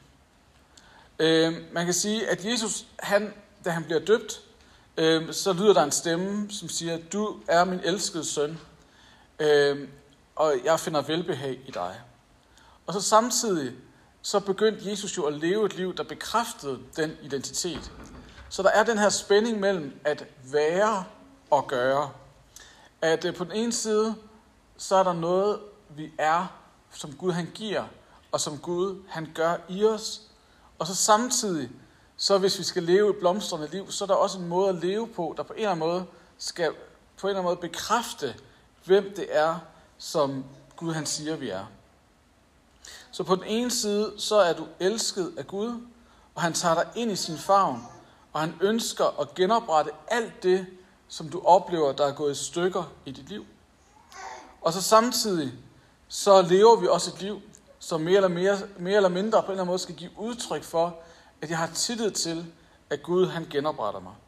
Øh, man kan sige, at Jesus, han, da han bliver døbt, øh, så lyder der en stemme, som siger, du er min elskede søn, øh, og jeg finder velbehag i dig. Og så samtidig, så begyndte Jesus jo at leve et liv, der bekræftede den identitet. Så der er den her spænding mellem at være og gøre. At øh, på den ene side, så er der noget, vi er, som Gud han giver, og som Gud han gør i os. Og så samtidig, så hvis vi skal leve et blomstrende liv, så er der også en måde at leve på, der på en eller anden måde skal på en eller anden måde bekræfte, hvem det er, som Gud han siger, vi er. Så på den ene side, så er du elsket af Gud, og han tager dig ind i sin favn, og han ønsker at genoprette alt det, som du oplever, der er gået i stykker i dit liv. Og så samtidig, så lever vi også et liv, som mere eller, mere, mere eller mindre på en eller anden måde skal give udtryk for, at jeg har tillid til, at Gud han genopretter mig.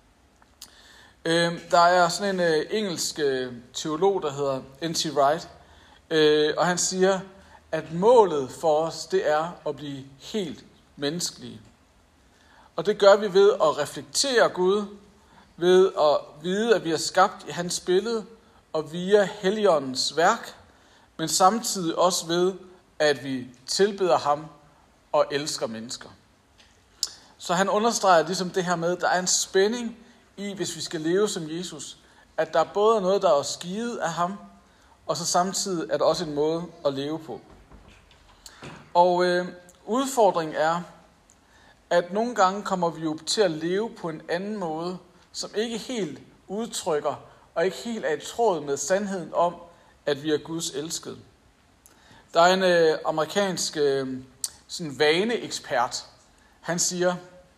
Øh, der er sådan en øh, engelsk øh, teolog, der hedder N T Wright, øh, og han siger, at målet for os, det er at blive helt menneskelige. Og det gør vi ved at reflektere Gud, ved at vide, at vi er skabt i hans billede, og via Helligåndens værk, men samtidig også ved, at vi tilbeder ham og elsker mennesker. Så han understreger ligesom det her med, at der er en spænding i, hvis vi skal leve som Jesus, at der både er noget, der er skivet af ham, og så samtidig er der også en måde at leve på. Og øh, udfordringen er, at nogle gange kommer vi jo til at leve på en anden måde, som ikke helt udtrykker, og ikke helt er i tråd med sandheden om, at vi er Guds elskede. Der er en øh, amerikansk øh, sådan vaneekspert. Han siger,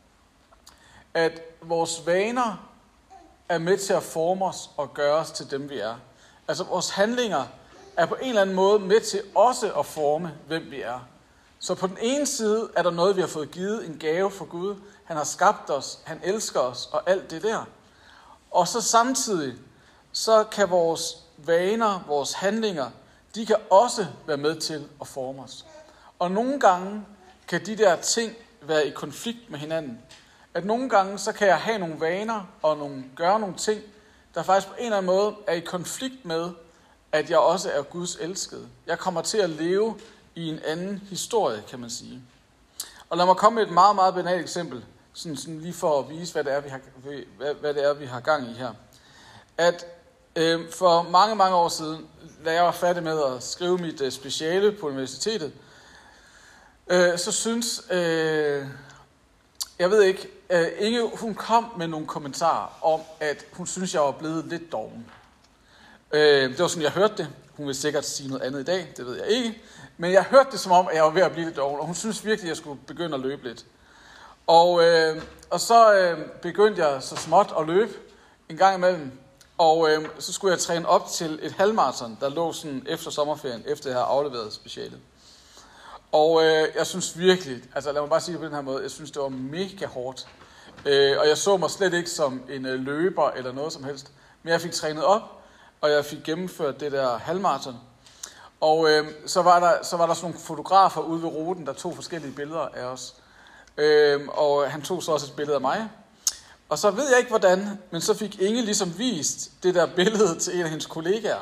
at vores vaner er med til at forme os og gøre os til dem, vi er. Altså vores handlinger er på en eller anden måde med til også at forme, hvem vi er. Så på den ene side er der noget, vi har fået givet, en gave fra Gud. Han har skabt os, han elsker os og alt det der. Og så samtidig, så kan vores vaner, vores handlinger, de kan også være med til at forme os. Og nogle gange kan de der ting være i konflikt med hinanden. At nogle gange, så kan jeg have nogle vaner og nogle, gøre nogle ting, der faktisk på en eller anden måde er i konflikt med, at jeg også er Guds elskede. Jeg kommer til at leve i en anden historie, kan man sige. Og lad mig komme med et meget, meget banalt eksempel, sådan, sådan lige for at vise, hvad det er, vi har, hvad, hvad det er, vi har gang i her. At øh, for mange, mange år siden, da jeg var færdig med at skrive mit øh, speciale på universitetet, øh, så synes, øh, jeg ved ikke, øh, Inge, hun kom med nogle kommentarer om, at hun synes, jeg var blevet lidt doven. Øh, det var sådan, jeg hørte det. Hun vil sikkert sige noget andet i dag, det ved jeg ikke. Men jeg hørte det som om, at jeg var ved at blive lidt doven, og hun synes virkelig, at jeg skulle begynde at løbe lidt. Og, øh, og så øh, begyndte jeg så småt at løbe en gang imellem. og øh, så skulle jeg træne op til et halvmarathon, der lå sådan efter sommerferien, efter jeg havde afleveret specialet. Og øh, jeg synes virkelig, altså lad mig bare sige det på den her måde, jeg synes det var mega hårdt. Øh, og jeg så mig slet ikke som en øh, løber eller noget som helst. Men jeg fik trænet op, og jeg fik gennemført det der halvmarathon. Og øh, så, var der, så var der sådan nogle fotografer ude ved ruten, der tog forskellige billeder af os. Øh, og han tog så også et billede af mig. Og så ved jeg ikke hvordan, men så fik Inge ligesom vist det der billede til en af hendes kollegaer.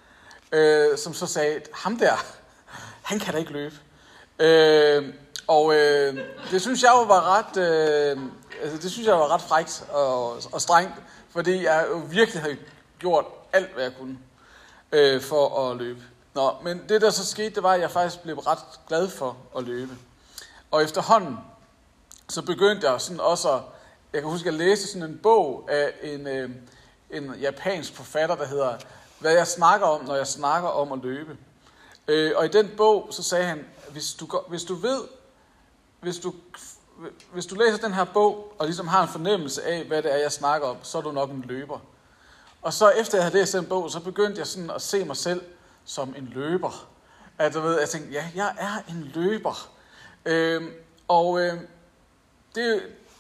Øh, som så sagde, ham der, han kan da ikke løbe. Øh, og øh, det synes jeg jo var ret, øh, altså det synes jeg var ret frækt og, og strengt, fordi jeg jo virkelig havde gjort alt, hvad jeg kunne øh, for at løbe. Nå, men det der så skete, det var, at jeg faktisk blev ret glad for at løbe. Og efterhånden, så begyndte jeg sådan også at, jeg kan huske, at jeg læste sådan en bog af en, øh, en japansk forfatter, der hedder, hvad jeg snakker om, når jeg snakker om at løbe. Øh, og i den bog, så sagde han, hvis du, hvis du ved, hvis du, hvis du læser den her bog, og ligesom har en fornemmelse af, hvad det er, jeg snakker om, så er du nok en løber. Og så efter jeg havde læst den bog, så begyndte jeg sådan at se mig selv som en løber. Altså, ved, jeg tænkte, ja, jeg er en løber. Øh, og øh, det,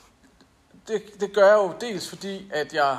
det, det gør jeg jo dels fordi, at jeg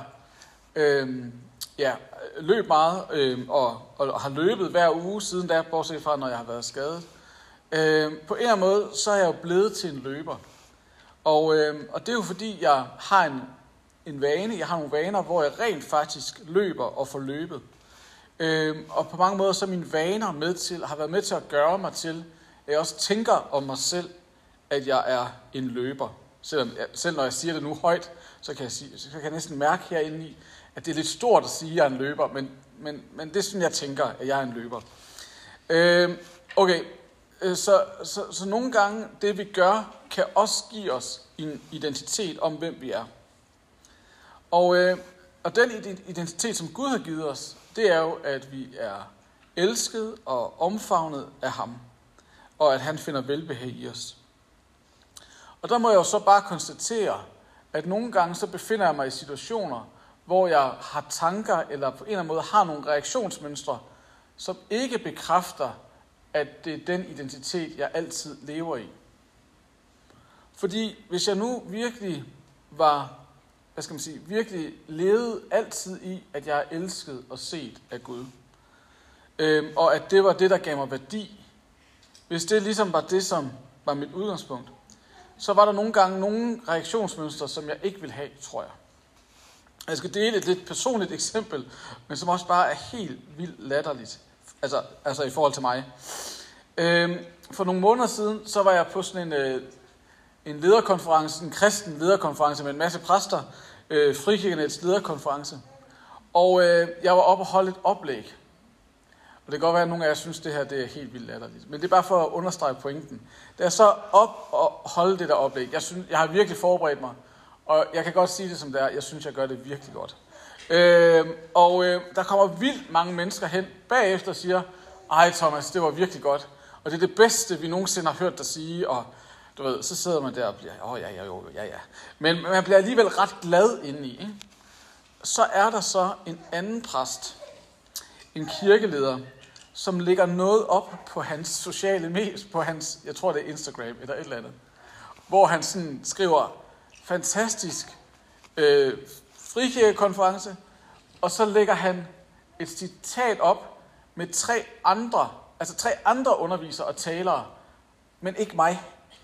øh, ja, løb meget øh, og, og har løbet hver uge siden da, bortset fra, når jeg har været skadet. Øh, på en eller anden måde, så er jeg jo blevet til en løber. Og, øh, og det er jo fordi, jeg har en, en vane, jeg har nogle vaner, hvor jeg rent faktisk løber og får løbet. Øh, og på mange måder, så er mine vaner med til, har været med til at gøre mig til, at jeg også tænker om mig selv, at jeg er en løber. Selvom, selv når jeg siger det nu højt, så kan jeg, sige, så kan jeg næsten mærke herinde i, at det er lidt stort at sige, at jeg er en løber, men, men, men det er sådan, jeg tænker, at jeg er en løber. Øh, okay, så, så, så nogle gange, det vi gør, kan også give os en identitet om, hvem vi er. Og, øh, og den identitet, som Gud har givet os, det er jo, at vi er elsket og omfavnet af ham, og at han finder velbehag i os. Og der må jeg jo så bare konstatere, at nogle gange så befinder jeg mig i situationer, hvor jeg har tanker, eller på en eller anden måde har nogle reaktionsmønstre, som ikke bekræfter, at det er den identitet, jeg altid lever i. Fordi hvis jeg nu virkelig var, hvad skal man sige, virkelig levede altid i, at jeg er elsket og set af Gud, øhm, og at det var det, der gav mig værdi, hvis det ligesom var det, som var mit udgangspunkt, så var der nogle gange nogle reaktionsmønstre, som jeg ikke ville have, tror jeg. Jeg skal dele et lidt personligt eksempel, men som også bare er helt vildt latterligt, altså, altså i forhold til mig. Øhm, for nogle måneder siden, så var jeg på sådan en, øh, en lederkonference, en kristen lederkonference med en masse præster, øh, Frikirkenets lederkonference. Og øh, jeg var oppe og holde et oplæg. Og det kan godt være, at nogle af jer synes, at det her det er helt vildt latterligt. Men det er bare for at understrege pointen. Da jeg så op og holde det der oplæg, jeg, synes, jeg har virkelig forberedt mig. Og jeg kan godt sige det som det er, jeg synes, jeg gør det virkelig godt. Øh, og øh, der kommer vildt mange mennesker hen bagefter og siger, ej Thomas, det var virkelig godt. Og det er det bedste, vi nogensinde har hørt dig sige. Og du ved, så sidder man der og bliver, åh oh, ja, ja, jo, ja, ja. Men man bliver alligevel ret glad indeni. Ikke? Så er der så en anden præst, en kirkeleder, som lægger noget op på hans sociale medier, på hans, jeg tror det er Instagram eller et eller andet, hvor han sådan skriver, fantastisk øh, frikirkekonference, og så lægger han et citat op med tre andre, altså tre andre undervisere og talere, men ikke mig.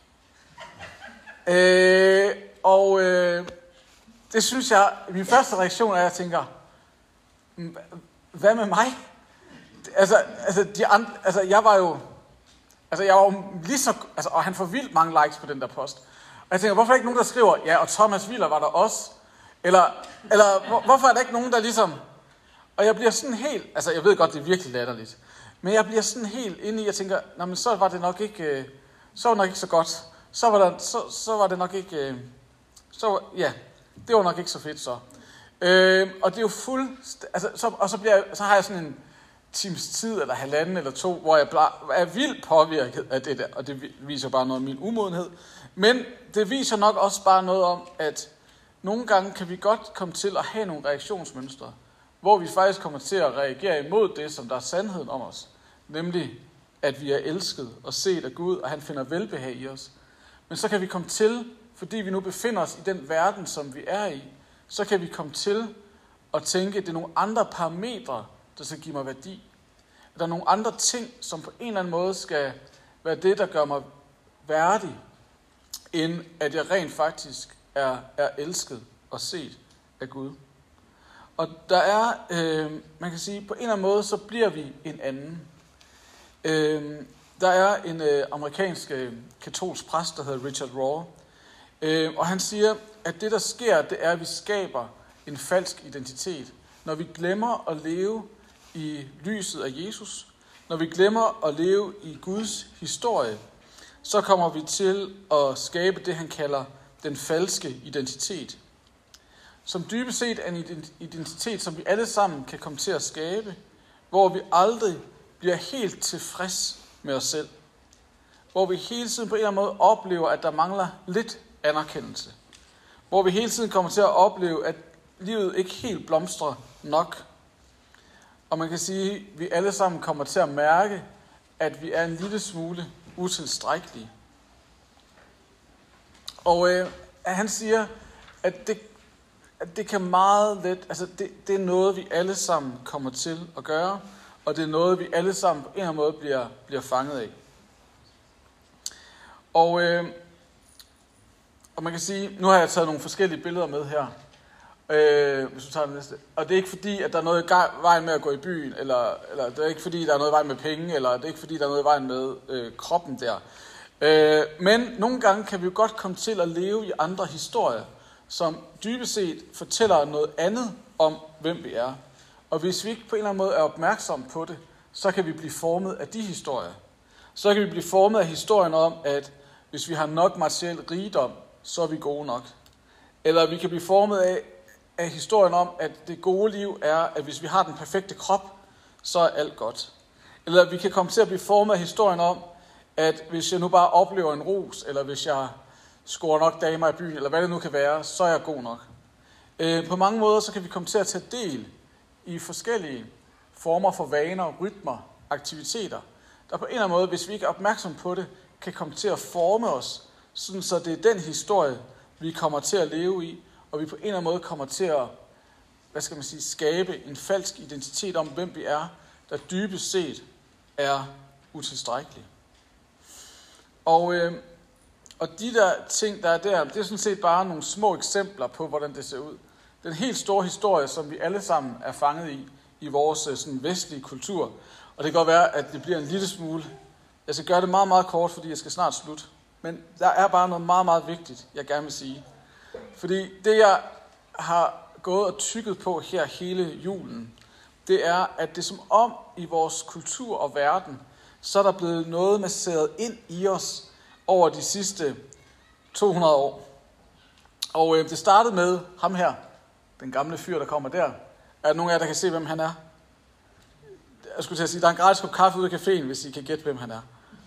Øh, og øh, det synes jeg, min første reaktion er, at jeg tænker, hvad med mig? Altså, altså, de andre, altså jeg var jo, altså jeg var jo lige så, altså, og han får vildt mange likes på den der post. Og jeg tænker, hvorfor er der ikke nogen, der skriver, ja, og Thomas Willer var der også? Eller, eller hvor, hvorfor er der ikke nogen, der ligesom, og jeg bliver sådan helt, altså jeg ved godt, det er virkelig latterligt, men jeg bliver sådan helt inde i, jeg tænker, nå, men så var det nok ikke, så var det nok ikke så godt. Så var, der, så, så var det nok ikke, så, ja, det var nok ikke så fedt så. Øh, og det er jo fuld, altså, så, og så, bliver jeg, så har jeg sådan en times tid, eller halvanden eller to, hvor jeg er vildt påvirket af det der, og det viser bare noget af min umodenhed. Men det viser nok også bare noget om, at nogle gange kan vi godt komme til at have nogle reaktionsmønstre, hvor vi faktisk kommer til at reagere imod det, som der er sandheden om os. Nemlig, at vi er elsket og set af Gud, og han finder velbehag i os. Men så kan vi komme til, fordi vi nu befinder os i den verden, som vi er i, så kan vi komme til at tænke, at det er nogle andre parametre, der skal give mig værdi. At der er nogle andre ting, som på en eller anden måde skal være det, der gør mig værdig, end at jeg rent faktisk er, er elsket og set af Gud. Og der er, øh, man kan sige, på en eller anden måde, så bliver vi en anden. Øh, der er en øh, amerikansk øh, katolsk præst, der hedder Richard Rohr, øh, og han siger, at det der sker, det er, at vi skaber en falsk identitet. Når vi glemmer at leve i lyset af Jesus, når vi glemmer at leve i Guds historie, så kommer vi til at skabe det, han kalder den falske identitet. Som dybest set er en identitet, som vi alle sammen kan komme til at skabe, hvor vi aldrig bliver helt tilfreds med os selv. Hvor vi hele tiden på en eller anden måde oplever, at der mangler lidt anerkendelse. Hvor vi hele tiden kommer til at opleve, at livet ikke helt blomstrer nok. Og man kan sige, at vi alle sammen kommer til at mærke, at vi er en lille smule utilstrækkelige. Og øh, han siger, at det, at det kan meget let, altså det, det er noget, vi alle sammen kommer til at gøre, og det er noget, vi alle sammen på en eller anden måde bliver, bliver fanget af. Og, øh, og man kan sige, nu har jeg taget nogle forskellige billeder med her, øh, hvis du tager det næste. Og det er ikke fordi, at der er noget i vejen med at gå i byen, eller, eller det er ikke fordi, der er noget i vejen med penge, eller det er ikke fordi, der er noget i vejen med øh, kroppen der. Øh, men nogle gange kan vi jo godt komme til at leve i andre historier, som dybest set fortæller noget andet om, hvem vi er. Og hvis vi ikke på en eller anden måde er opmærksomme på det, så kan vi blive formet af de historier. Så kan vi blive formet af historien om, at hvis vi har nok materiel rigdom, så er vi gode nok. Eller vi kan blive formet af, af historien om, at det gode liv er, at hvis vi har den perfekte krop, så er alt godt. Eller vi kan komme til at blive formet af historien om, at hvis jeg nu bare oplever en ros, eller hvis jeg scorer nok damer i byen, eller hvad det nu kan være, så er jeg god nok. Øh, på mange måder så kan vi komme til at tage del i forskellige former for vaner, rytmer, aktiviteter, der på en eller anden måde, hvis vi ikke er opmærksom på det, kan komme til at forme os, sådan så det er den historie, vi kommer til at leve i, og vi på en eller anden måde kommer til at, hvad skal man sige, skabe en falsk identitet om, hvem vi er, der dybest set er utilstrækkelige. Og, øh, og de der ting, der er der, det er sådan set bare nogle små eksempler på, hvordan det ser ud. Den helt store historie, som vi alle sammen er fanget i, i vores sådan vestlige kultur. Og det kan godt være, at det bliver en lille smule. Jeg skal gøre det meget, meget kort, fordi jeg skal snart slutte. Men der er bare noget meget, meget vigtigt, jeg gerne vil sige. Fordi det, jeg har gået og tykket på her hele julen, det er, at det er som om i vores kultur og verden, så er der blevet noget masseret ind i os over de sidste to hundrede år. Og øh, det startede med ham her, den gamle fyr, der kommer der. Er der nogen af jer, der kan se, hvem han er? Jeg skulle til at sige, der er en gratis kop kaffe ude i caféen, hvis I kan gætte, hvem han er.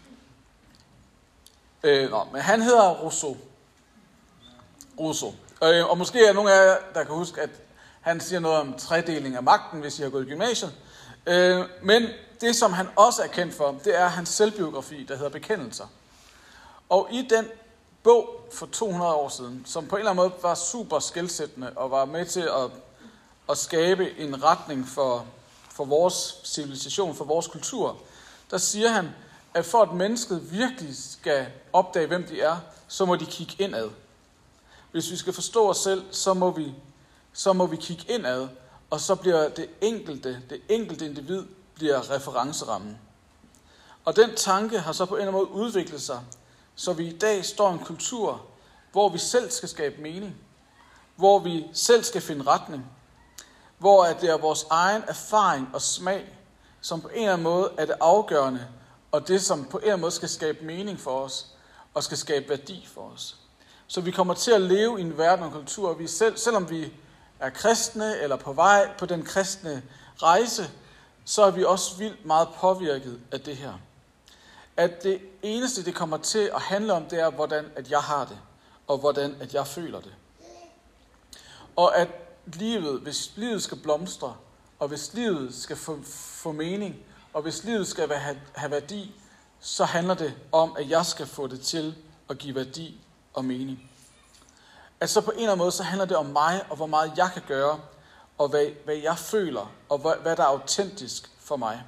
Øh, nå, men han hedder Rousseau. Rousseau. Øh, og måske er der nogen af jer, der kan huske, at han siger noget om tredeling af magten, hvis I har gået i gymnasiet. Øh, men det, som han også er kendt for, det er hans selvbiografi, der hedder Bekendelser. Og i den bog for to hundrede år siden, som på en eller anden måde var super skelsættende og var med til at, at skabe en retning for, for vores civilisation, for vores kultur, der siger han, at for at mennesket virkelig skal opdage, hvem de er, så må de kigge indad. Hvis vi skal forstå os selv, så må vi, så må vi kigge indad, og så bliver det enkelte, det enkelte individ bliver referencerammen. Og den tanke har så på en eller anden måde udviklet sig, så vi i dag står i en kultur, hvor vi selv skal skabe mening, hvor vi selv skal finde retning, hvor det er vores egen erfaring og smag, som på en eller anden måde er det afgørende, og det, som på en eller anden måde skal skabe mening for os, og skal skabe værdi for os. Så vi kommer til at leve i en verden og en kultur, og vi selv, selvom vi er kristne, eller på vej på den kristne rejse, så er vi også vildt meget påvirket af det her. At det eneste, det kommer til at handle om, det er, hvordan at jeg har det, og hvordan at jeg føler det. Og at livet, hvis livet skal blomstre, og hvis livet skal få, få mening, og hvis livet skal have, have værdi, så handler det om, at jeg skal få det til at give værdi og mening. Altså på en eller anden måde, så handler det om mig, og hvor meget jeg kan gøre, og hvad, hvad jeg føler, og hvad, hvad der er autentisk for mig.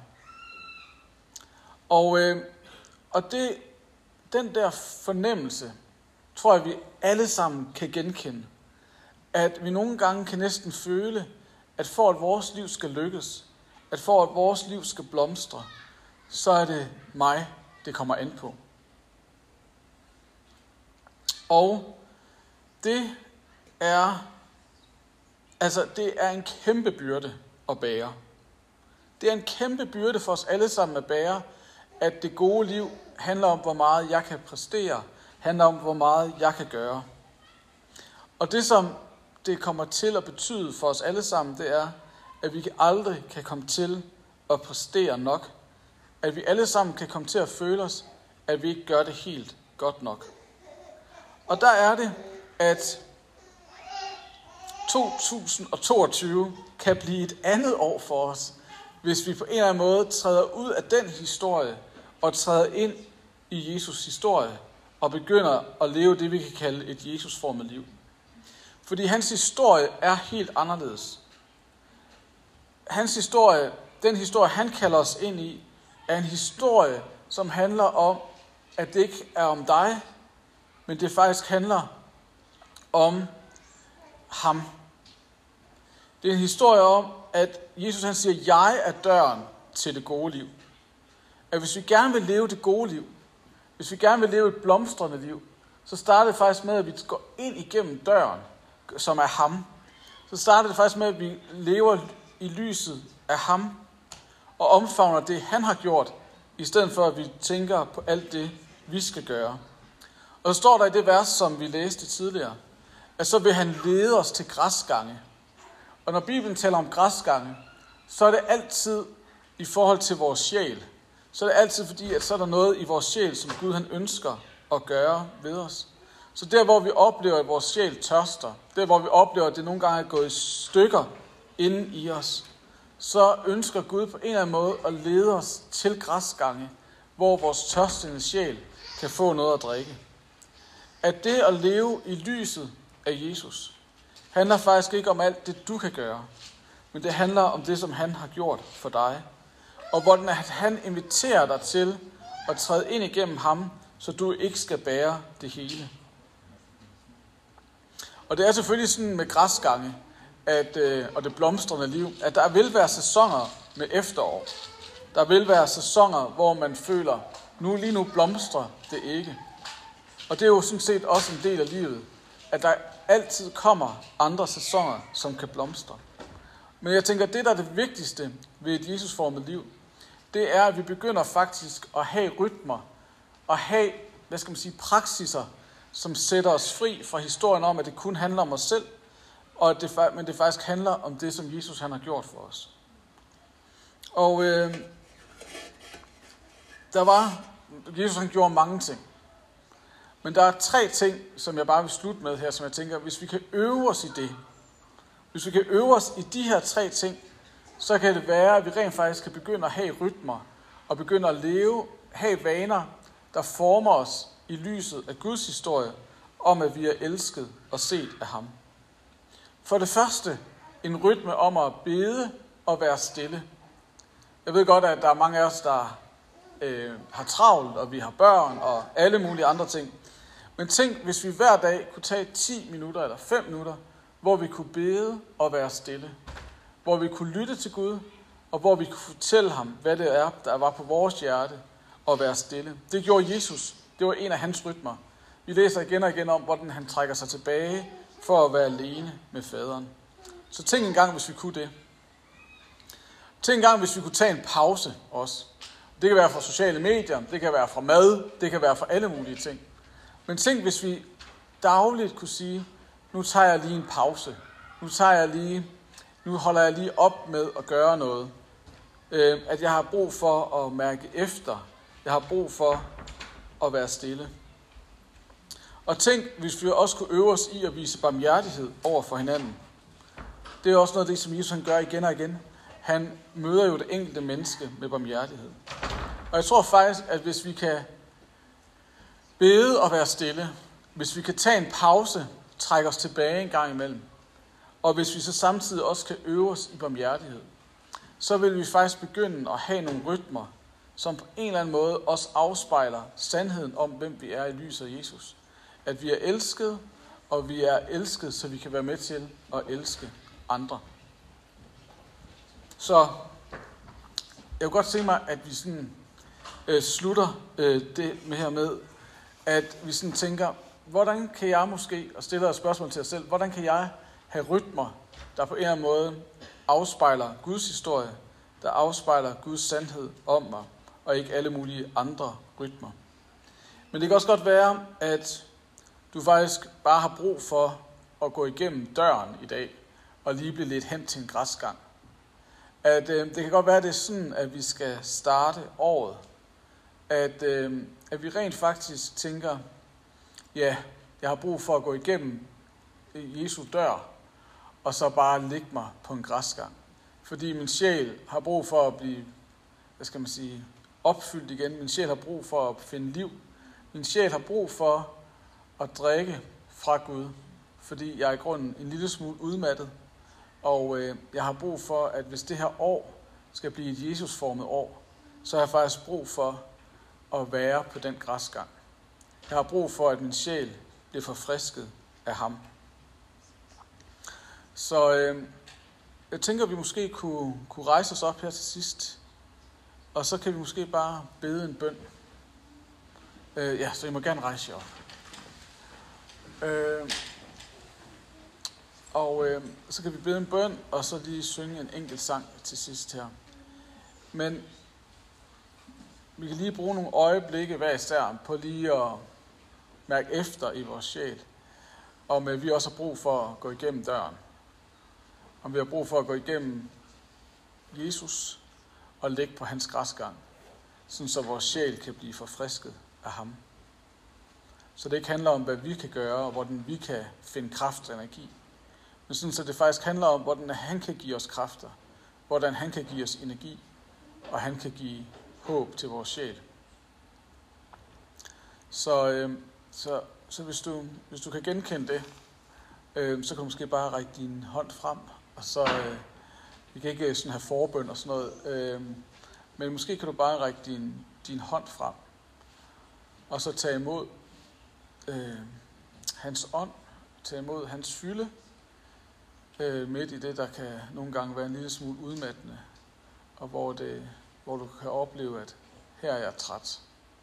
Og, øh, og det, den der fornemmelse, tror jeg, vi alle sammen kan genkende. At vi nogle gange kan næsten føle, at for at vores liv skal lykkes, at for at vores liv skal blomstre, så er det mig, det kommer an på. Og det er, altså det er en kæmpe byrde at bære. Det er en kæmpe byrde for os alle sammen at bære, at det gode liv handler om, hvor meget jeg kan præstere, handler om, hvor meget jeg kan gøre. Og det, som det kommer til at betyde for os alle sammen, det er, at vi aldrig kan komme til at præstere nok. At vi alle sammen kan komme til at føle os, at vi ikke gør det helt godt nok. Og der er det, at to tusind toogtyve kan blive et andet år for os, hvis vi på en eller anden måde træder ud af den historie og træder ind i Jesus historie og begynder at leve det, vi kan kalde et Jesus-formet liv. Fordi hans historie er helt anderledes. Hans historie, den historie, han kalder os ind i, er en historie, som handler om, at det ikke er om dig, men det faktisk handler om ham. Det er en historie om, at Jesus han siger, jeg er døren til det gode liv. At hvis vi gerne vil leve det gode liv, hvis vi gerne vil leve et blomstrende liv, så starter det faktisk med, at vi går ind igennem døren, som er ham. Så starter det faktisk med, at vi lever i lyset af ham, og omfavner det, han har gjort, i stedet for, at vi tænker på alt det, vi skal gøre. Og så står der i det vers, som vi læste tidligere, at så vil han lede os til græsgange. Og når Bibelen taler om græsgange, så er det altid i forhold til vores sjæl. Så er det altid fordi, at så er der noget i vores sjæl, som Gud han ønsker at gøre ved os. Så der, hvor vi oplever, at vores sjæl tørster, der, hvor vi oplever, at det nogle gange er gået i stykker inde i os, så ønsker Gud på en eller anden måde at lede os til græsgange, hvor vores tørstende sjæl kan få noget at drikke. At det at leve i lyset af Jesus, handler faktisk ikke om alt det, du kan gøre, men det handler om det, som han har gjort for dig. Og hvordan han inviterer dig til at træde ind igennem ham, så du ikke skal bære det hele. Og det er selvfølgelig sådan med græsgange, at, øh, og det blomstrende liv, at der vil være sæsoner med efterår. Der vil være sæsoner, hvor man føler, nu lige nu blomstrer det ikke. Og det er jo sådan set også en del af livet, at der altid kommer andre sæsoner, som kan blomstre. Men jeg tænker, at det, der er det vigtigste ved et Jesusformet liv, det er, at vi begynder faktisk at have rytmer, og have, hvad skal man sige, praksiser, som sætter os fri fra historien om, at det kun handler om os selv, og at det, men det faktisk handler om det, som Jesus han har gjort for os. Og øh, der var, Jesus han gjorde mange ting. Men der er tre ting, som jeg bare vil slutte med her, som jeg tænker, hvis vi kan øve os i det, hvis vi kan øve os i de her tre ting, så kan det være, at vi rent faktisk kan begynde at have rytmer, og begynde at leve, have vaner, der former os i lyset af Guds historie, om at vi er elsket og set af ham. For det første, en rytme om at bede og være stille. Jeg ved godt, at der er mange af os, der øh, har travlt, og vi har børn og alle mulige andre ting. Men tænk, hvis vi hver dag kunne tage ti minutter eller fem minutter, hvor vi kunne bede og være stille. Hvor vi kunne lytte til Gud, og hvor vi kunne fortælle ham, hvad det er, der var på vores hjerte, og være stille. Det gjorde Jesus. Det var en af hans rytmer. Vi læser igen og igen om, hvordan han trækker sig tilbage for at være alene med faderen. Så tænk en gang, hvis vi kunne det. Tænk en gang, hvis vi kunne tage en pause også. Det kan være fra sociale medier, det kan være fra mad, det kan være fra alle mulige ting. Men tænk, hvis vi dagligt kunne sige, nu tager jeg lige en pause. Nu tager jeg lige, nu holder jeg lige op med at gøre noget. Øh, at jeg har brug for at mærke efter. Jeg har brug for at være stille. Og tænk, hvis vi også kunne øve os i at vise barmhjertighed over for hinanden. Det er også noget af det, som Jesus han gør igen og igen. han møder jo det enkelte menneske med barmhjertighed. Og jeg tror faktisk, at hvis vi kan bede og være stille, hvis vi kan tage en pause, trække os tilbage en gang imellem, og hvis vi så samtidig også kan øve os i barmhjertighed, så vil vi faktisk begynde at have nogle rytmer, som på en eller anden måde også afspejler sandheden om, hvem vi er i lyset af Jesus. At vi er elsket, og vi er elsket, så vi kan være med til at elske andre. Så jeg kunne godt tænke mig, at vi sådan, øh, slutter øh, det med her med, at vi sådan tænker, hvordan kan jeg måske, og stiller et spørgsmål til os selv, hvordan kan jeg have rytmer, der på en eller anden måde afspejler Guds historie, der afspejler Guds sandhed om mig, og ikke alle mulige andre rytmer. Men det kan også godt være, at du faktisk bare har brug for at gå igennem døren i dag, og lige blive lidt hen til en græsgang. At øh, det kan godt være, at det er sådan, at vi skal starte året. At, øh, at vi rent faktisk tænker, ja, jeg har brug for at gå igennem Jesu dør, og så bare lægge mig på en græsgang. Fordi min sjæl har brug for at blive, hvad skal man sige, opfyldt igen. Min sjæl har brug for at finde liv. Min sjæl har brug for at drikke fra Gud, fordi jeg er i grunden en lille smule udmattet. Og øh, jeg har brug for, at hvis det her år skal blive et Jesusformet år, så har jeg faktisk brug for at være på den græsgang. Jeg har brug for, at min sjæl bliver forfrisket af ham. Så øh, jeg tænker, at vi måske kunne, kunne rejse os op her til sidst. Og så kan vi måske bare bede en bøn. Øh, ja, så I må gerne rejse jer op. Øh, og øh, så kan vi bede en bøn, og så lige synge en enkelt sang til sidst her. Men vi kan lige bruge nogle øjeblikke hver især på lige at mærke efter i vores sjæl. Om øh, vi også har brug for at gå igennem døren. Om vi har brug for at gå igennem Jesus og ligge på hans græsgang, sådan så vores sjæl kan blive forfrisket af ham. Så det ikke handler om, hvad vi kan gøre, og hvordan vi kan finde kraft og energi. Men sådan så det faktisk handler om, hvordan han kan give os kræfter, hvordan han kan give os energi, og han kan give håb til vores sjæl. Så, øh, så, så hvis, du, hvis du kan genkende det, øh, så kan du måske bare række din hånd frem, og så, øh, vi kan ikke sådan have forbøn og sådan noget, øh, men måske kan du bare række din, din hånd frem, og så tage imod øh, hans ånd, tage imod hans fylde, øh, midt i det, der kan nogle gange være en lille smule udmattende, og hvor, det, hvor du kan opleve, at her er jeg træt.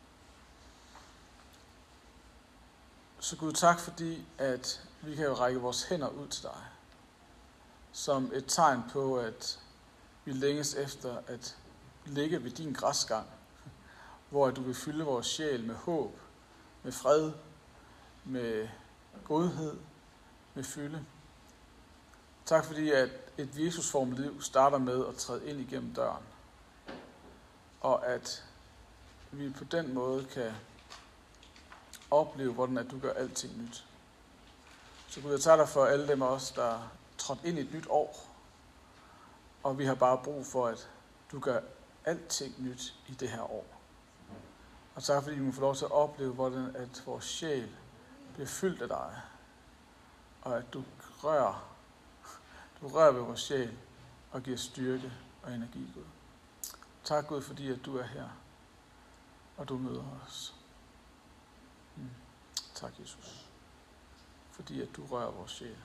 Så Gud, tak fordi, at vi kan jo række vores hænder ud til dig, som et tegn på, at vi længes efter at ligge ved din græsgang, hvor du vil fylde vores sjæl med håb, med fred, med godhed, med fylde. Tak fordi, at et Jesusformet liv starter med at træde ind igennem døren, og at vi på den måde kan opleve, hvordan at du gør alting nyt. Så Gud, jeg tager dig for alle dem af os, der er trådt ind i et nyt år, og vi har bare brug for, at du gør alting nyt i det her år. Og tak fordi vi må få lov til at opleve, hvordan at vores sjæl bliver fyldt af dig, og at du rører, du rører ved vores sjæl og giver styrke og energi, Gud. Tak Gud, fordi at du er her, og du møder os. Mm. Tak Jesus, fordi at du rører vores sjæl.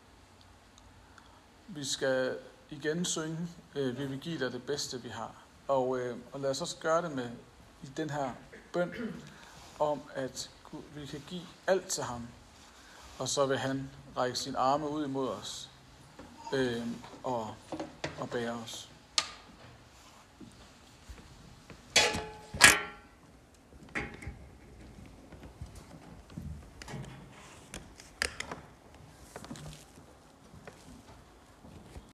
Vi skal igen synge, øh, vi vil give dig det bedste vi har, og, øh, og lad os også gøre det med i den her bøn om, at Gud, vi kan give alt til ham, og så vil han række sine arme ud imod os øh, og, og bære os.